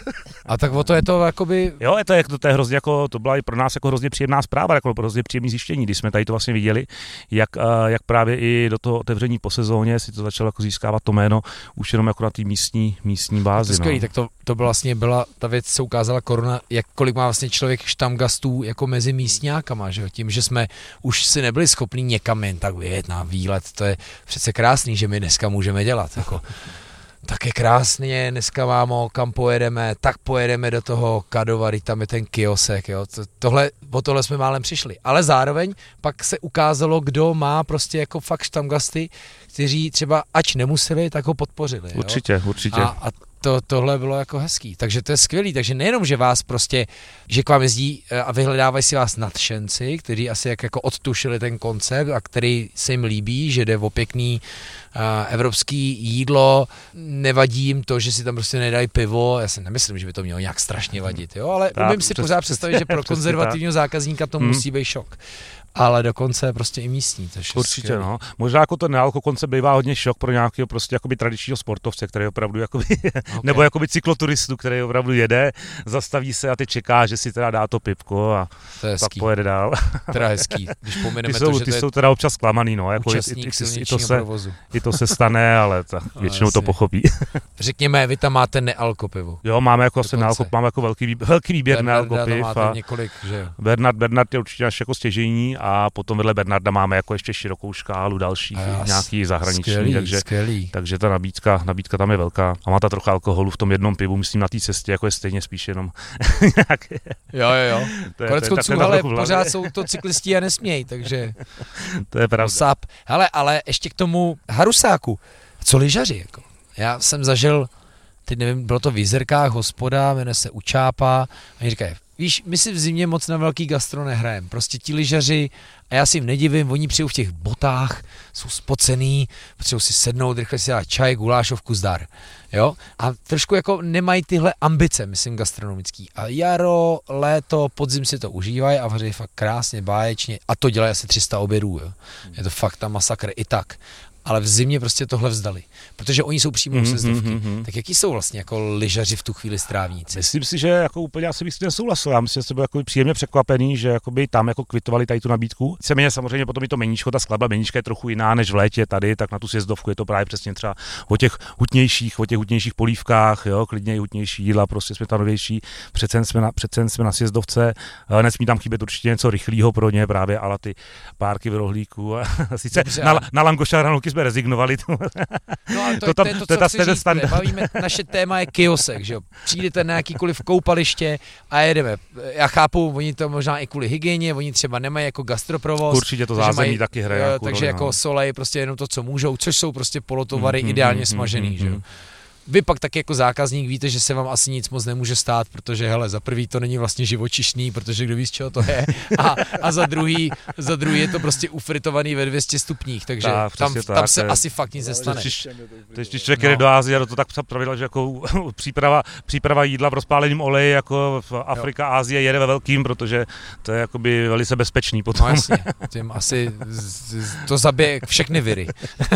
Speaker 1: A tak o to je to jakoby...
Speaker 3: Jo, je to, to, to je hrozně jako, to byla i pro nás jako hrozně příjemná zpráva, jako hrozně příjemný zjištění, když jsme tady to vlastně viděli, jak, jak právě i do toho otevření po sezóně si to začalo jako získávat to jméno už jenom jako na té místní, místní bázi.
Speaker 1: To skvělý,
Speaker 3: no.
Speaker 1: tak to, to byla vlastně byla, ta věc se ukázala koruna, jak kolik má vlastně člověk štamgastů jako mezi místňákama, že jo? Tím, že jsme už si nebyli schopni někam jen tak vyjet na výlet, to je přece krásný, že my dneska můžeme dělat, jako... Tak je krásně, dneska mámo, kam pojedeme, tak pojedeme do toho Kadova, tam je ten kiosek, jo. Tohle, o tohle jsme málem přišli. Ale zároveň pak se ukázalo, kdo má prostě jako fakt štamgasty, kteří třeba ač nemuseli, tak ho podpořili. Jo?
Speaker 3: Určitě, určitě.
Speaker 1: A, a to, tohle bylo jako hezký. Takže to je skvělý. Takže nejenom, že vás prostě, že k vám jezdí a vyhledávají si vás nadšenci, kteří asi jak jako odtušili ten koncept a který se jim líbí, že jde o pěkný uh, evropský jídlo, nevadí jim to, že si tam prostě nedají pivo, já si nemyslím, že by to mělo nějak strašně vadit, jo, ale umím si pořád představit, že pro konzervativního zákazníka to hmm. musí být šok. Ale dokonce prostě i místní.
Speaker 3: Určitě, skvělý. No. Možná jako ten nealko koncept bývá hodně šok pro nějakého prostě jakoby tradičního sportovce, který opravdu jakoby, okay. nebo jakoby cykloturistu, který opravdu jede, zastaví se a ty čeká, že si teda dá to pipko a pak pojede dál.
Speaker 1: Teda hezký, když pomineme
Speaker 3: ty
Speaker 1: to,
Speaker 3: jsou,
Speaker 1: že
Speaker 3: ty
Speaker 1: to je
Speaker 3: jsou teda občas zklamaný, no. Jako
Speaker 1: účastník
Speaker 3: i, i, i,
Speaker 1: to
Speaker 3: se, I to se stane, ale tak většinou to pochopí.
Speaker 1: Řekněme, vy tam máte nealko pivo.
Speaker 3: Jo, máme jako asi nealko, máme jako velký, velký výběr nealko piv.
Speaker 1: Několik, že?
Speaker 3: Bernard, Bernard je určitě naš jako stěžejní a potom vedle Bernarda máme jako ještě širokou škálu dalších
Speaker 1: jas,
Speaker 3: nějaký zahraniční,
Speaker 1: skvělý,
Speaker 3: takže,
Speaker 1: skvělý.
Speaker 3: takže ta nabídka, nabídka tam je velká. A má ta trocha alkoholu v tom jednom pivu, myslím na té cestě, jako je stejně spíš jenom nějak.
Speaker 1: Jo, jo, jo. Konec konců, ale pořád jsou to cyklisti a nesmějí, takže
Speaker 3: to je pravda.
Speaker 1: Osap. Hele, ale ještě k tomu Harusáku. Co lyžaři, jako? Já jsem zažil, teď nevím, bylo to v Jizerkách, hospoda, jmenuje se Učápa a oni říkají, víš, my si v zimě moc na velký gastro nehrajeme. Prostě ti lyžaři, a já si jim nedivím, oni přijou v těch botách, jsou spocený, potřebují si sednout, rychle si dát čaj, gulášovku, zdar. Jo? A trošku jako nemají tyhle ambice, myslím, gastronomický. A jaro, léto, podzim si to užívají a vaří fakt krásně, báječně. A to dělají asi tři sta obědů. Jo? Je to fakt tam masakr i tak. Ale v zimě prostě tohle vzdali, protože oni jsou přímo u sezdovky. Mm-hmm. Tak jaký jsou vlastně jako lyžaři v tu chvíli strávníci?
Speaker 3: Myslím si, že jako úplně asi bych s tím nesouhlasil. Já myslím, že jsem byl jako příjemně překvapený, že jakoby tam jako kvitovali tady tu nabídku. Víceméně samozřejmě potom i to meníčko, ta skladba meníčka je trochu jiná než v létě tady, tak na tu sjezdovku je to právě přesně třeba o těch hutnějších, o těch hutnějších polívkách, jo, klidně i hutnější jídla, prostě smetanovější. Přece jsme na, přece jsme na sjezdovce, nesmí tam chybět určitě něco rychlého pro ně právě, ale ty párky v rohlíku a sice na, na langoša hranolky jsme rezignovali.
Speaker 1: No ale to,
Speaker 3: to, tam,
Speaker 1: to je to,
Speaker 3: to,
Speaker 1: co chci říct,
Speaker 3: standard.
Speaker 1: bavíme, naše téma je kiosek, že jo. Přijdete na jakýkoliv koupaliště a jedeme. Já chápu, oni to možná i kvůli hygieně, oni třeba nemají jako gastroprovoz.
Speaker 3: Určitě to zázemí mají, taky hraje.
Speaker 1: Takže
Speaker 3: roli,
Speaker 1: jako
Speaker 3: no.
Speaker 1: solej prostě jenom to, co můžou, což jsou prostě polotovary
Speaker 3: mm,
Speaker 1: ideálně
Speaker 3: mm,
Speaker 1: smažený,
Speaker 3: mm,
Speaker 1: že jo.
Speaker 3: mm.
Speaker 1: Vy pak taky jako zákazník víte, že se vám asi nic moc nemůže stát, protože hele, za prvý to není vlastně živočišný, protože kdo ví, z čeho to je, a, a za druhý, za druhý je to prostě ufritovaný ve dvě stě stupních, takže
Speaker 3: tak,
Speaker 1: tam,
Speaker 3: tak,
Speaker 1: tam se
Speaker 3: je,
Speaker 1: asi fakt nic nestane.
Speaker 3: Když člověk jde no. do Ázie, to tak pravidla, že jako příprava, příprava jídla v rozpáleném oleji, jako v Afrika, Ázie jede ve velkým, protože to je jakoby velice bezpečný potom.
Speaker 1: No jasně, tím asi to zabije všechny viry.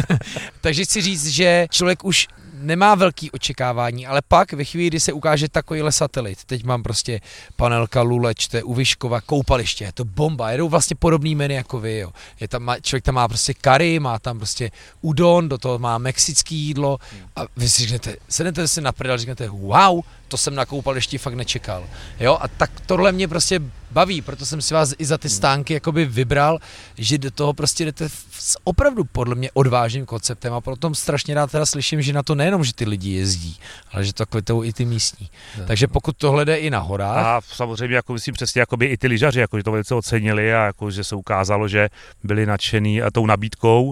Speaker 1: Takže chci říct, že člověk už nemá velký očekávání, ale pak ve chvíli, kdy se ukáže takovýhle satelit, teď mám prostě panelka Luleč, to je u Vyškova, koupaliště, je to bomba, jedou vlastně podobný menu jako vy, jo. Je tam, člověk tam má prostě curry, má tam prostě udon, do toho má mexický jídlo a vy si řeknete, sednete si na prdel, řeknete, wow, to jsem na koupališti fakt nečekal, jo, a tak tohle mě prostě baví, proto jsem si vás i za ty stánky jakoby vybral, že do toho prostě jdete s opravdu podle mě odvážným konceptem a potom strašně rád teda slyším, že na to nejenom, že ty lidi jezdí, ale že to kvitou i ty místní. No. Takže pokud tohle jde i na horách.
Speaker 3: A samozřejmě jako myslím přesně jakoby i ty lyžaři, jako, že to velice ocenili a jako, že se ukázalo, že byli nadšený tou nabídkou.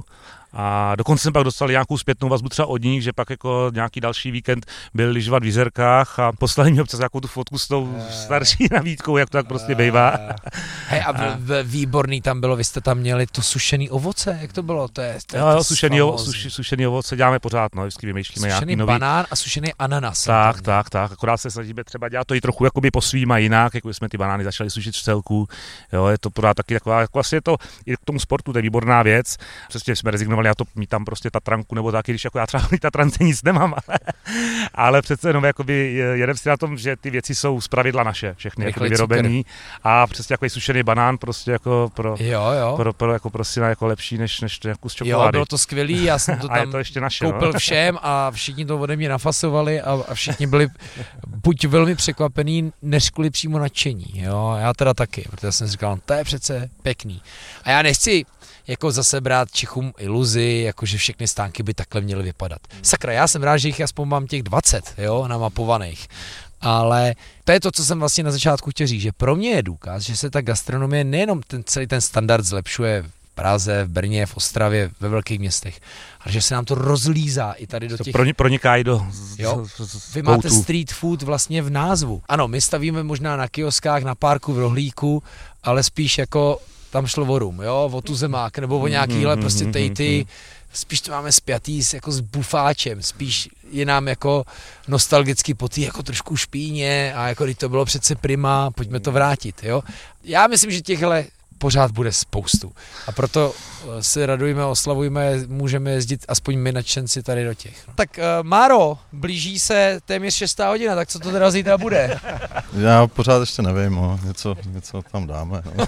Speaker 3: A dokonce jsem pak dostal nějakou zpětnou vazbu třeba od nich, že pak jako nějaký další víkend byl lyžovat v Jizerkách a poslali mi občas nějakou tu fotku s tou starší nabídkou, jak to tak prostě bývá.
Speaker 1: Hej, a, v, v, výborný tam bylo, vy jste tam měli to sušený ovoce, jak to bylo? To je, to je
Speaker 3: jo,
Speaker 1: to
Speaker 3: sušený, ovo, suši, sušený ovoce děláme pořád, no, vždycky vymýšlíme
Speaker 1: sušený
Speaker 3: nějaký nový.
Speaker 1: banán a sušený ananas.
Speaker 3: Tak, tak, tak, akorát se snažíme třeba dělat to i trochu jakoby po svým a jinak, jako jsme ty banány začali sušit v celku, jo, je to pořád taky taková, jako asi je to i k tomu sportu, to je výborná věc, přesně jsme rezignovali na to mít tam prostě Tatranku nebo taky, když jako já třeba v Tatrance nic nemám, ale, ale přece jenom jakoby jedem si na tom, že ty věci jsou zpravidla naše, všechny jakoby vyrobený a přesně jako sušený banán prostě jako pro,
Speaker 1: jo, jo.
Speaker 3: pro, pro jako prostě jako lepší než, než to kus čokolády.
Speaker 1: Jo, bylo to skvělý, já jsem to tam
Speaker 3: to ještě naše,
Speaker 1: koupil
Speaker 3: no?
Speaker 1: všem a všichni to ode mě nafasovali a, a všichni byli buď velmi překvapení, než kvůli přímo nadšení, jo, já teda taky, protože jsem si říkal, no, to je přece pěkný. A já nechci jako zase brát Čechům iluzi, jakože všechny stánky by takhle měly vypadat. Sakra, já jsem rád, že jich aspoň mám těch dvacet, jo, namapovaných. Ale to je to, co jsem vlastně na začátku chtěl říct, že pro mě je důkaz, že se ta gastronomie nejenom ten celý ten standard zlepšuje v Praze, v Brně, v Ostravě, ve velkých městech, ale že se nám to rozlízá i tady do těch...
Speaker 3: To proniká i do
Speaker 1: jo?
Speaker 3: Z, z, z
Speaker 1: Vy máte street food vlastně v názvu. Ano, my stavíme možná na kioskách, na párku v rohlíku, ale spíš jako tam šlo o rum, jo, o tu zemák, nebo o nějakýhle prostě tejty, spíš to máme spjatý s, jako s bufáčem, spíš je nám jako nostalgicky po té jako trošku špíně a jako když to bylo přece prima, pojďme to vrátit, jo. Já myslím, že těchhle pořád bude spoustu a proto se radujeme, oslavujeme, můžeme jezdit aspoň my nadšenci tady do těch. No. Tak uh, Máro, blíží se téměř šestá hodina, tak co to teda zítra bude?
Speaker 2: Já pořád ještě nevím, no. něco, něco tam dáme. No.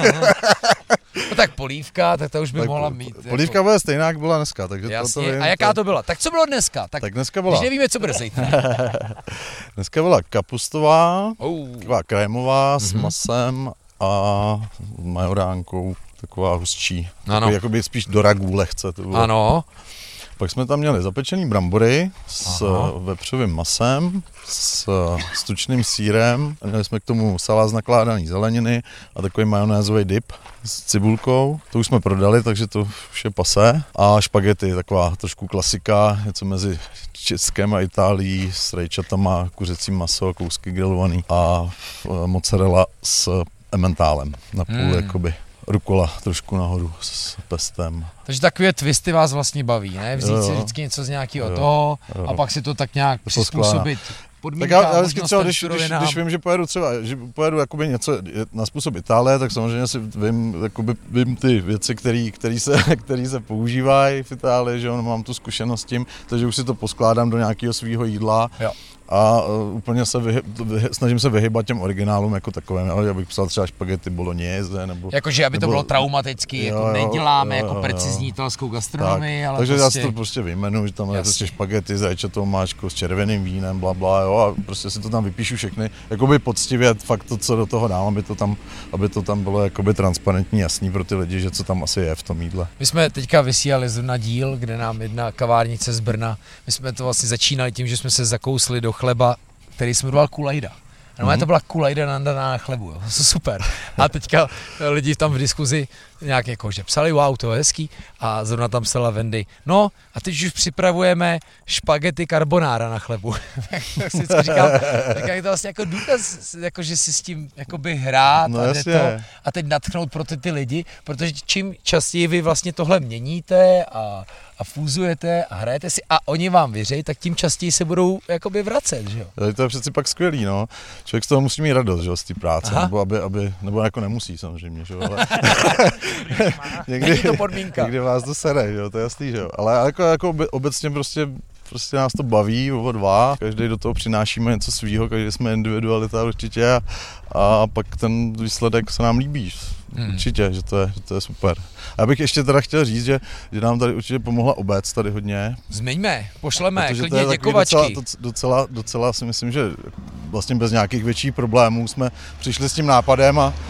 Speaker 1: No tak polívka, tak to už by
Speaker 2: tak
Speaker 1: mohla mít.
Speaker 2: Polívka
Speaker 1: jako...
Speaker 2: bude stejná, jak byla dneska. Takže
Speaker 1: jasně,
Speaker 2: to vím,
Speaker 1: a jaká
Speaker 2: to...
Speaker 1: to byla? Tak co bylo dneska? Tak,
Speaker 2: tak dneska byla.
Speaker 1: Když nevíme, co bude zítra.
Speaker 2: Dneska byla kapustová,
Speaker 1: oh.
Speaker 2: taková krémová mm-hmm. s
Speaker 1: Mhm.
Speaker 2: masem a majoránkou, taková hustší.
Speaker 1: Ano.
Speaker 2: Takový, jakoby spíš do ragů lehce. To bylo.
Speaker 1: Ano.
Speaker 2: Pak jsme tam měli zapečený brambory s
Speaker 1: Aha.
Speaker 2: vepřovým masem, s, s tučným sýrem, měli jsme k tomu salát z nakládaný zeleniny a takový majonézový dip s cibulkou. To už jsme prodali, takže to už je pasé. A špagety, taková trošku klasika, něco mezi Českem a Itálií s rajčatama, kuřecím maso, kousky grillovaný a mozzarella s emmentálem na půl, mm. jakoby. Rukola trošku nahoru s pestem.
Speaker 1: Takže takové twisty vás vlastně baví, ne? Vzít
Speaker 2: jo,
Speaker 1: si vždycky něco z nějakého
Speaker 2: jo,
Speaker 1: toho
Speaker 2: jo.
Speaker 1: a pak si to tak nějak
Speaker 2: to
Speaker 1: přizpůsobit.
Speaker 2: Tak já, já vždycky třeba, když, když, když vím, že pojedu třeba, že pojedu jakoby něco na způsob Itálie, tak samozřejmě si vím, jakoby, vím ty věci, které se, se používají v Itálii, že jo, mám tu zkušenost s tím, takže už si to poskládám do nějakého svého jídla.
Speaker 1: Jo.
Speaker 2: a uh, úplně se vyhy, vyhy, snažím se vyhybat těm originálům jako takovým, ale abych psal třeba špagety bolognese, nebo...
Speaker 1: Jakože, aby to
Speaker 2: nebo,
Speaker 1: bylo traumaticky, jo, jako neděláme jo, jo, jako precizní italskou gastronomii,
Speaker 2: tak,
Speaker 1: ale
Speaker 2: takže
Speaker 1: prostě...
Speaker 2: já si to prostě vyjmenuji, že tam je prostě špagety s rajčatou máčkou, s červeným vínem, bla, bla, jo, a prostě si to tam vypíšu všechny, jakoby poctivě fakt to, co do toho dám, aby to tam, aby to tam bylo jakoby transparentní, jasný pro ty lidi, že co tam asi je v tom jídle.
Speaker 1: My jsme teďka vysílali na díl, kde nám jedna kavárnice z Brna, my jsme to vlastně začínali tím, že jsme se zakousli do chleba, který se jmenoval kulajda. No, mm-hmm. to byla kulajda nandaná na chlebu, jo. To super. A teďka lidi tam v diskuzi nějak jako, že psali, wow, to je hezký, a zrovna tam psala Wendy, no a teď už připravujeme špagety carbonara na chlebu. Tak si vždycky říkám, tak je to vlastně jako důkaz, jako, že si s tím jakoby hrát no, a, to, a teď natchnout pro ty, ty lidi, protože čím častěji vy vlastně tohle měníte a, a fúzujete a hrajete si a oni vám věří, tak tím častěji se budou jakoby vracet, že jo?
Speaker 2: To je přeci pak skvělý, no. Člověk z toho musí mít radost, že jo, z té práce, Aha. nebo aby, aby, nebo jako nemusí samozřejmě, že jo, ale... někdy,
Speaker 1: to podmínka.
Speaker 2: Někdy vás to sere, jo, to je jasný, že jo. Ale jako, jako obecně prostě, prostě nás to baví, oba dva. Každý do toho přinášíme něco svýho, každý jsme individualita určitě a, a pak ten výsledek se nám líbí. Hmm. Určitě, že to, je, že to je super. A já bych ještě teda chtěl říct, že, že nám tady určitě pomohla obec tady hodně.
Speaker 1: Zmiňme, pošleme, klidně děkovačky.
Speaker 2: Docela, docela, docela si myslím, že vlastně bez nějakých větších problémů jsme přišli s tím nápadem a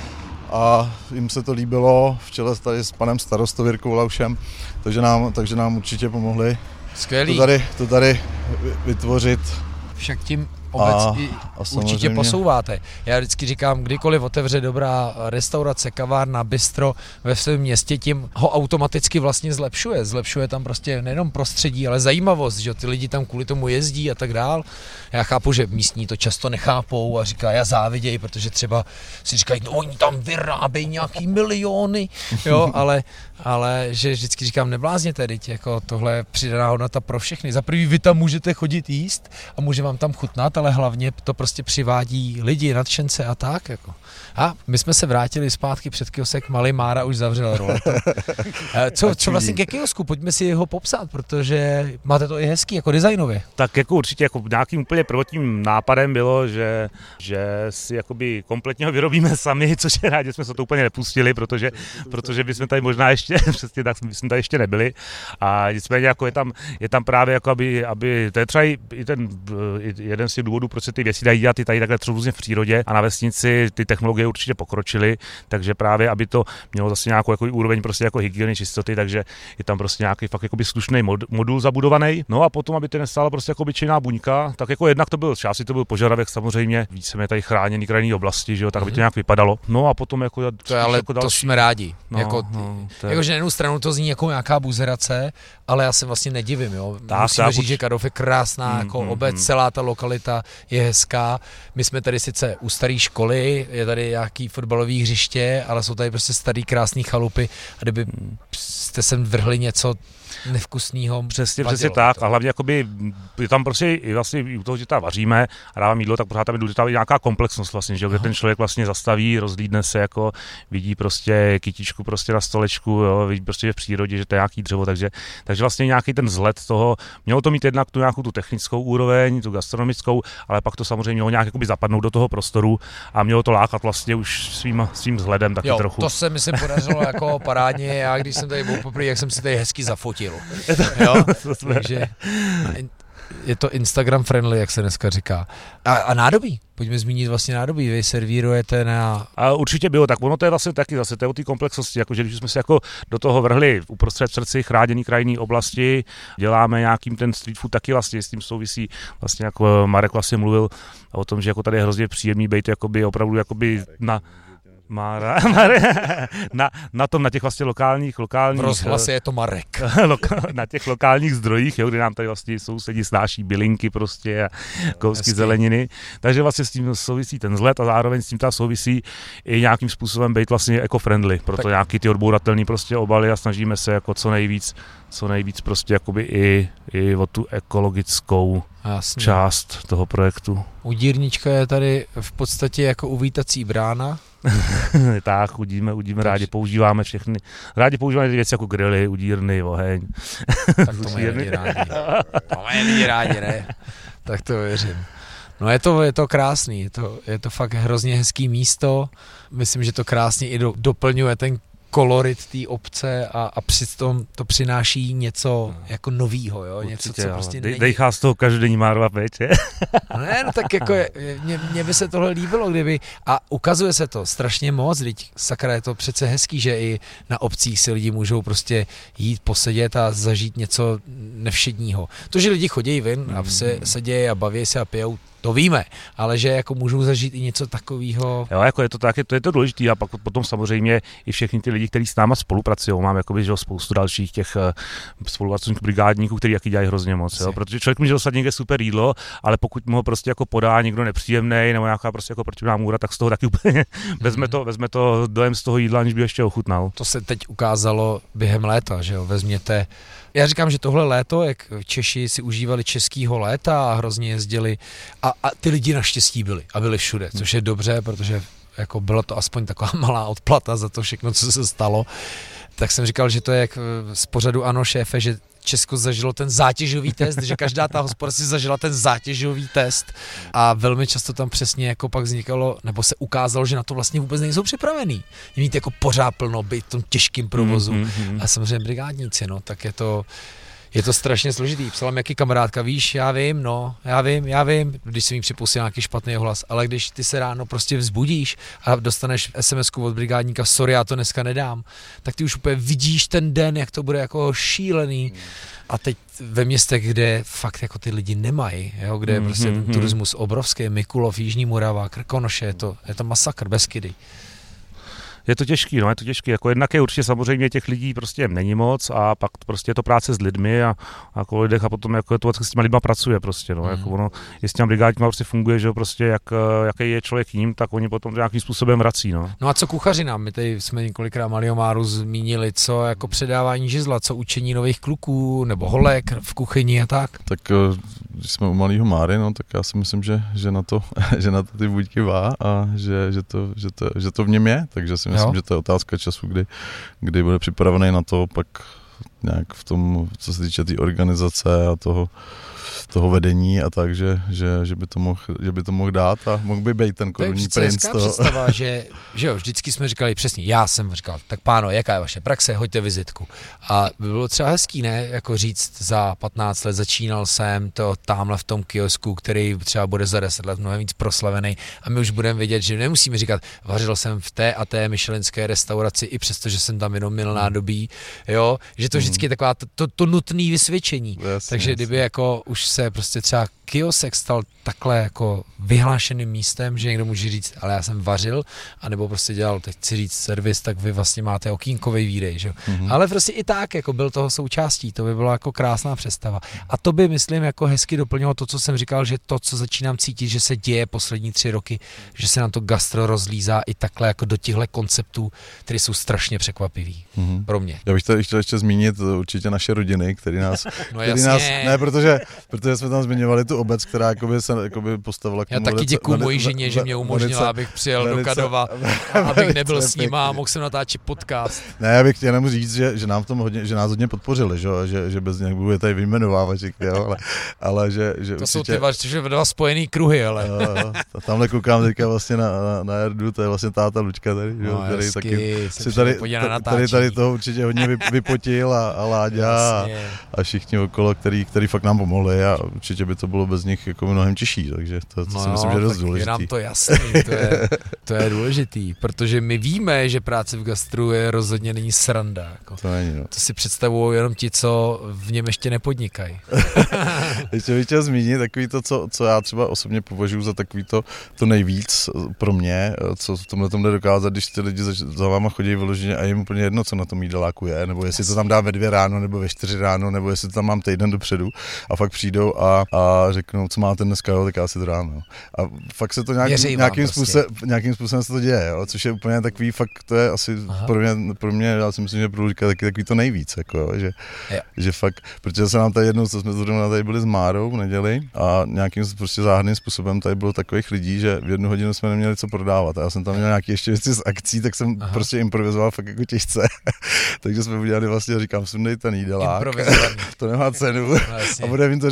Speaker 2: a jim se to líbilo v čele tady s panem starostou Jirkou Laušem, takže nám, takže nám určitě pomohli
Speaker 1: Skvělý.
Speaker 2: To tady, to tady vytvořit.
Speaker 1: Však tím obec a, i a určitě posouváte. Já vždycky říkám, kdykoliv otevře dobrá restaurace, kavárna, bistro ve svém městě, tím ho automaticky vlastně zlepšuje. Zlepšuje tam prostě nejenom prostředí, ale zajímavost, že ty lidi tam kvůli tomu jezdí a tak dál. Já chápu, že místní to často nechápou a říká, já záviděj, protože třeba si říkají, no oni tam vyrábějí nějaký miliony, jo, ale, ale že vždycky říkám, neblázněte, teď jako tohle je přidaná hodnota pro všechny. Za prvý vy tam můžete chodit jíst a může vám tam chutnat, ale hlavně to prostě přivádí lidi, nadšence a tak. Jako. A my jsme se vrátili zpátky před kiosek, malý Mára už zavřel roletu. Co, co vlastně ke kiosku? Pojďme si ho popsat, protože máte to i hezký, jako designově.
Speaker 3: Tak jako určitě jako nějakým úplně prvotním nápadem bylo, že, že si jakoby kompletně ho vyrobíme sami, což je rádi, jsme se to úplně nepustili, protože, protože bychom tady možná ještě, přesně tak bychom tady ještě nebyli. A nicméně jako je tam, je tam právě jako aby, aby to je třeba i ten i jeden z těch důvodů, proč se ty věci dají dělat i tady takhle různě v přírodě a na vesnici ty technologie určitě pokročily, takže právě, aby to mělo zase nějakou jako úroveň prostě jako hygieny, čistoty, takže je tam prostě nějaký fakt jakoby slušný mod, modul zabudovaný. No a potom, aby to nestála prostě jako obyčejná buňka, tak jako jednak to byl, části to byl požadavek samozřejmě, více tady chráněný krajinný oblasti, že jo, tak by to nějak vypadalo. No a potom jako
Speaker 1: to je, ale
Speaker 3: jako
Speaker 1: další, to jsme rádi.
Speaker 3: No,
Speaker 1: jako,
Speaker 3: no, je...
Speaker 1: jakože na jednu stranu to zní jako nějaká buzerace, ale já se vlastně nedivím, jo.
Speaker 3: Tak,
Speaker 1: musíme
Speaker 3: tak,
Speaker 1: říct, že Kadov je krásná mm, jako mm, obec, mm. celá ta lokalita je hezká. My jsme tady sice u staré školy, je tady nějaký fotbalový hřiště, ale jsou tady prostě starý krásný chalupy a kdyby jste sem vrhli něco nevkusného.
Speaker 3: Přesně, přesně tak. To. A hlavně jakoby, je tam prostě i vlastně u toho, že tam vaříme a dáváme jídlo, tak pořád tam je důležitá nějaká komplexnost vlastně, že kde ten člověk vlastně zastaví, rozhlídne se, jako vidí prostě kytičku prostě na stolečku, jo, vidí prostě v přírodě, že to je nějaký dřevo, takže, takže vlastně nějaký ten vzhled toho, mělo to mít jednak tu nějakou tu technickou úroveň, tu gastronomickou, ale pak to samozřejmě mělo nějak jakoby zapadnout do toho prostoru a mělo to lákat vlastně už svým, svým vzhledem taky
Speaker 1: jo,
Speaker 3: trochu.
Speaker 1: To se mi se podařilo jako parádně, já když jsem tady byl poprvé, jak jsem si tady hezky zafotil. Jo? Takže je to Instagram friendly, jak se dneska říká. A, a nádobí, pojďme zmínit vlastně nádobí, vy servírujete na...
Speaker 3: A určitě bylo, tak ono to je vlastně taky zase, to je o té komplexnosti, jakože když jsme se jako do toho vrhli uprostřed v srdci chráněný krajinný oblasti, děláme nějakým ten street food, taky vlastně s tím souvisí, vlastně jako Marek vlastně mluvil o tom, že jako tady je hrozně příjemný být jakoby opravdu jakoby na... Mára, na, na tom, na těch vlastně lokálních, lokálních...
Speaker 1: V rozhlase je to Marek.
Speaker 3: Na těch lokálních zdrojích, jo, kde nám tady vlastně sousedí snáší bylinky prostě a kousky zeleniny. Takže vlastně s tím souvisí ten vzhled a zároveň s tím ta souvisí i nějakým způsobem být vlastně eco-friendly, proto tak. Nějaký ty odbouratelný prostě obaly a snažíme se jako co nejvíc, co nejvíc prostě jakoby i, i o tu ekologickou Jasně. část toho projektu.
Speaker 1: Udírnička je tady v podstatě jako uvítací brána.
Speaker 3: Tak, udíme, udíme, rádi používáme všechny, rádi používáme ty věci jako grily, udírny, oheň.
Speaker 1: Tak to mají lidi rádi. To mají lidi rádi, ne? Tak to věřím. No je to, je to krásný, je to, je to fakt hrozně hezký místo, myslím, že to krásně i do, doplňuje ten kolorit té obce a, a přitom to přináší něco jako novýho, jo?
Speaker 3: Určitě,
Speaker 1: něco, co prostě
Speaker 3: dej,
Speaker 1: není.
Speaker 3: Dejchá z toho každodenní Márova péče.
Speaker 1: Ne, no tak jako je, mě, mě by se tohle líbilo, kdyby, a ukazuje se to strašně moc, teď sakra, je to přece hezký, že i na obcích si lidi můžou prostě jít, posedět a zažít něco nevšedního. To, že lidi chodí ven a se, sedějí a baví se a pijou, to víme, ale že jako můžou zažít i něco takového.
Speaker 3: Jo, jako je to tak, je to, je to důležité a pak potom samozřejmě i všechny ty lidi, kteří s náma spolupracují, mám jakoby, že spoustu dalších těch spolupracovníků, brigádníků, kteří jaký dělají hrozně moc, jo? Protože člověk může dostat někde super jídlo, ale pokud mu ho prostě jako podá někdo nepříjemný nebo nějaká prostě jako protivná můra, tak z toho taky úplně vezme to, vezme to dojem z toho jídla, aniž by ještě ochutnal.
Speaker 1: To se teď ukázalo během léta, že jo, vezměte. Já říkám, že tohle léto, jak Češi si užívali českýho léta a hrozně jezdili a, a ty lidi naštěstí byli a byli všude, což je dobře, protože jako byla to aspoň taková malá odplata za to všechno, co se stalo. Tak jsem říkal, že to je jak z pořadu Ano šéfe, že Česko zažilo ten zátěžový test, že každá ta hospoda si zažila ten zátěžový test a velmi často tam přesně jako pak vznikalo, nebo se ukázalo, že na to vlastně vůbec nejsou připravený. Mít jako pořád plno, být v tom těžkým provozu mm-hmm. a samozřejmě brigádníci, no, tak je to, je to strašně složitý. Psala mi jaký kamarádka, víš, já vím, no, já vím, já vím, když jsem jí připustil nějaký špatný hlas, ale když ty se ráno prostě vzbudíš a dostaneš es em esku od brigádníka, sorry, já to dneska nedám, tak ty už úplně vidíš ten den, jak to bude jako šílený. A teď ve městech, kde fakt jako ty lidi nemají, jo, kde je prostě ten turismus obrovský, Mikulov, Jižní Morava, Krkonoše, je to, je to masakr, Beskydy.
Speaker 3: Je to těžký, no, je to těžký. Jako jednak je určitě samozřejmě těch lidí prostě není moc a pak prostě je to práce s lidmi a, a jako lidech a potom jako je to, s těma lidma pracuje prostě, no, mm. jako ono, jestli těm brigádníma prostě funguje, že prostě jak, jaký je člověk jim, tak oni potom nějakým způsobem vrací, no.
Speaker 1: No a co kuchařina? My tady jsme několikrát Malýho Máru zmínili, co jako předávání žizla, co učení nových kluků nebo holek v kuchyni a tak.
Speaker 2: Tak když jsme u Malýho Máry, no, tak já si myslím, že, že, na to, že na to ty buďky vá a že, že, to, že, to, že to v něm je, takže si myslím, jo. že to je otázka času, kdy, kdy bude připravený na to, pak nějak v tom, co se týče té tý organizace a toho, toho vedení a tak, že, že, že, by to mohl, že by to mohl dát a mohl by být ten korunní princ toho.
Speaker 1: To je představa, že, že jo, vždycky jsme říkali přesně, já jsem říkal, tak páno, jaká je vaše praxe, hoďte vizitku. A by bylo třeba hezký, ne, jako říct za patnáct let začínal jsem to tamhle v tom kiosku, který třeba bude za deset let mnohem víc proslavený a my už budeme vědět, že nemusíme říkat, vařil jsem v té a té michelinské restauraci, i přesto, že jsem tam jenom mil nádobí, jo, že to vždycky je taková to, to, to nutné vysvědčení. Jasně, takže kdyby jasně. jako už se prostě třeba kiosek stal takhle jako vyhlášeným místem, že někdo může říct, ale já jsem vařil, anebo prostě dělal, teď chci říct servis, tak vy vlastně máte okýnkový výdej, že? Mm-hmm. Ale prostě i tak, jako byl toho součástí, to by byla jako krásná představa. A to by, myslím, jako hezky doplnilo to, co jsem říkal, že to, co začínám cítit, že se děje poslední tři roky, že se nám to gastro rozlízá i takhle jako do těchto konceptů, které jsou strašně překvapivý mm-hmm. pro mě.
Speaker 2: Já bych tady chtěl ještě zmínit určitě naše rodiny, který nás, no který nás ne, protože, protože jsme tam zmiňovali tu obec, která jakoby se jakoby postavila k tomu.
Speaker 1: Já taky děkuju mojí ženě, že mě umožnila, abych přijel velice, do Kadova, velice, abych nebyl s ním a mohl jsem natáčet podcast.
Speaker 2: Ne, já bych chtěl jenom říct, že, že nám v tom hodně, že nás hodně podpořili, že, že, že bez něj bude tady vyjmenovávat, jo, ale, ale že, že
Speaker 1: to
Speaker 2: určitě,
Speaker 1: jsou ty vaše dva spojený kruhy, ale.
Speaker 2: Jo, jo, tamhle koukám teďka vlastně na, na, na Jardu, to je vlastně táta Lučka tady, no, jo, který
Speaker 1: hezky,
Speaker 2: taky si tady, tady, tady toho určitě hodně vypotil a, a Láďa a, a všichni okolo, který, který fakt nám pomohli a určitě by to bylo bez nich jako mnohem těžší, takže to, to no si myslím, že je dost důležitý.
Speaker 1: Je nám to jasný, to je, to je důležitý, protože my víme, že práce v gastru je rozhodně není sranda. Jako.
Speaker 2: To není, no.
Speaker 1: To si představují jenom ti, co v něm ještě nepodnikají.
Speaker 2: Ještě bych chtěl zmínit takový to, co, co já třeba osobně považuji za takový to, to nejvíc pro mě, co v tomhle tom jde dokázat, když ty lidi za, za váma chodí vyloženě a jim úplně jedno, co na tom jídeláku je, nebo jestli to tam dá ve dvě ráno, nebo ve čtyři ráno, nebo jestli to tam mám týden dopředu a fakt přijdou a, a řeknou, co máte dneska, jo, tak já si to dám. Jo. A fakt se to nějak, nějakým, prostě. způsob, nějakým způsobem se to děje, jo, což je úplně takový, fakt to je asi pro mě, pro mě, já si myslím, že pro Luďka taky takový to nejvíc, jako, jo, že, že fakt, protože se nám tady jednou, co jsme zrovna tady byli s Márou v neděli a nějakým prostě záhadným způsobem tady bylo takových lidí, že v jednu hodinu jsme neměli co prodávat a já jsem tam měl nějaké ještě věci z akcí, tak jsem Aha. prostě improvizoval fakt jako těžce, takže jsme udělali vlastně, říkám, sundej ten jídelák, to nemá cenu a bude jim to říkat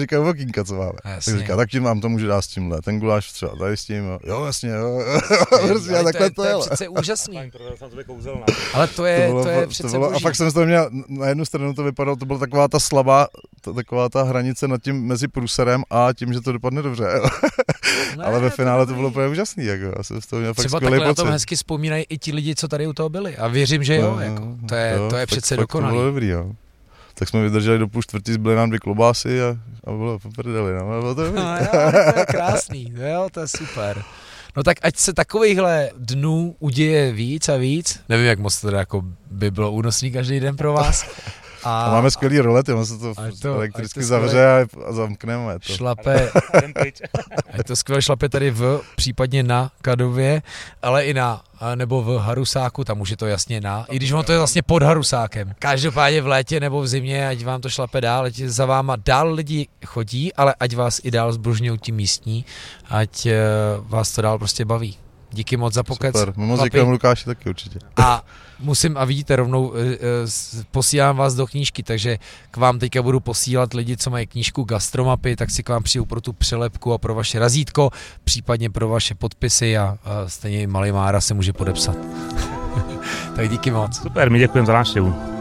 Speaker 2: říkají okýnka, co máme. Jasně. Tak říká, tak tím vám to můžu dát s tímhle, ten guláš třeba tady s tím, jo, jasně, jo.
Speaker 1: Prostě já takhle to je, to je přece úžasný. Ale to je, to, bylo, to je přece to bylo,
Speaker 2: a fakt jsem to měl, na jednu stranu to vypadalo, to byla taková ta slabá, to, taková ta hranice nad tím mezi průserem a tím, že to dopadne dobře. Ne, ale ve finále to, to bylo úplně úžasný, jako, já jsem z toho měl fakt skvělý pocit. Třeba takhle na tom hezky
Speaker 1: vzpomínají i ti lidi, co tady u toho byli a věřím, že jo, no, jako, to je, jo, to je přece fakt, dokonalý.
Speaker 2: To bylo dobrý, jo. Tak jsme vydrželi do půl čtvrtý, zbyly nám dvě klobásy a, a bylo poprdeli, no, bylo to dobrý.
Speaker 1: No, jo, to je krásný, jo, to je super. No tak ať se takovýchhle dnů uděje víc a víc, nevím, jak moc to teda jako by bylo únosný každý den pro vás.
Speaker 2: A, a máme skvělý rolety, on se to, to elektricky to zavře a, a zamkneme to.
Speaker 1: Šlape, ať to skvěle šlape tady v, případně na Kadově, ale i na, nebo v Harusáku, tam už je to jasně na, i když ono to je vlastně pod Harusákem. Každopádně v létě nebo v zimě, ať vám to šlape dál, ať za váma dál lidi chodí, ale ať vás i dál zbožňují ti místní, ať vás to dál prostě baví. Díky moc za pokec.
Speaker 2: Super, moc děkujeme Lukáši taky určitě.
Speaker 1: A musím, a vidíte, rovnou posílám vás do knížky, takže k vám teďka budu posílat lidi, co mají knížku Gastromapy, tak si k vám přijdu pro tu přelepku a pro vaše razítko, případně pro vaše podpisy a, a stejně i malý Mára se může podepsat. Tak díky moc.
Speaker 3: Super, my děkujeme za návštěvu.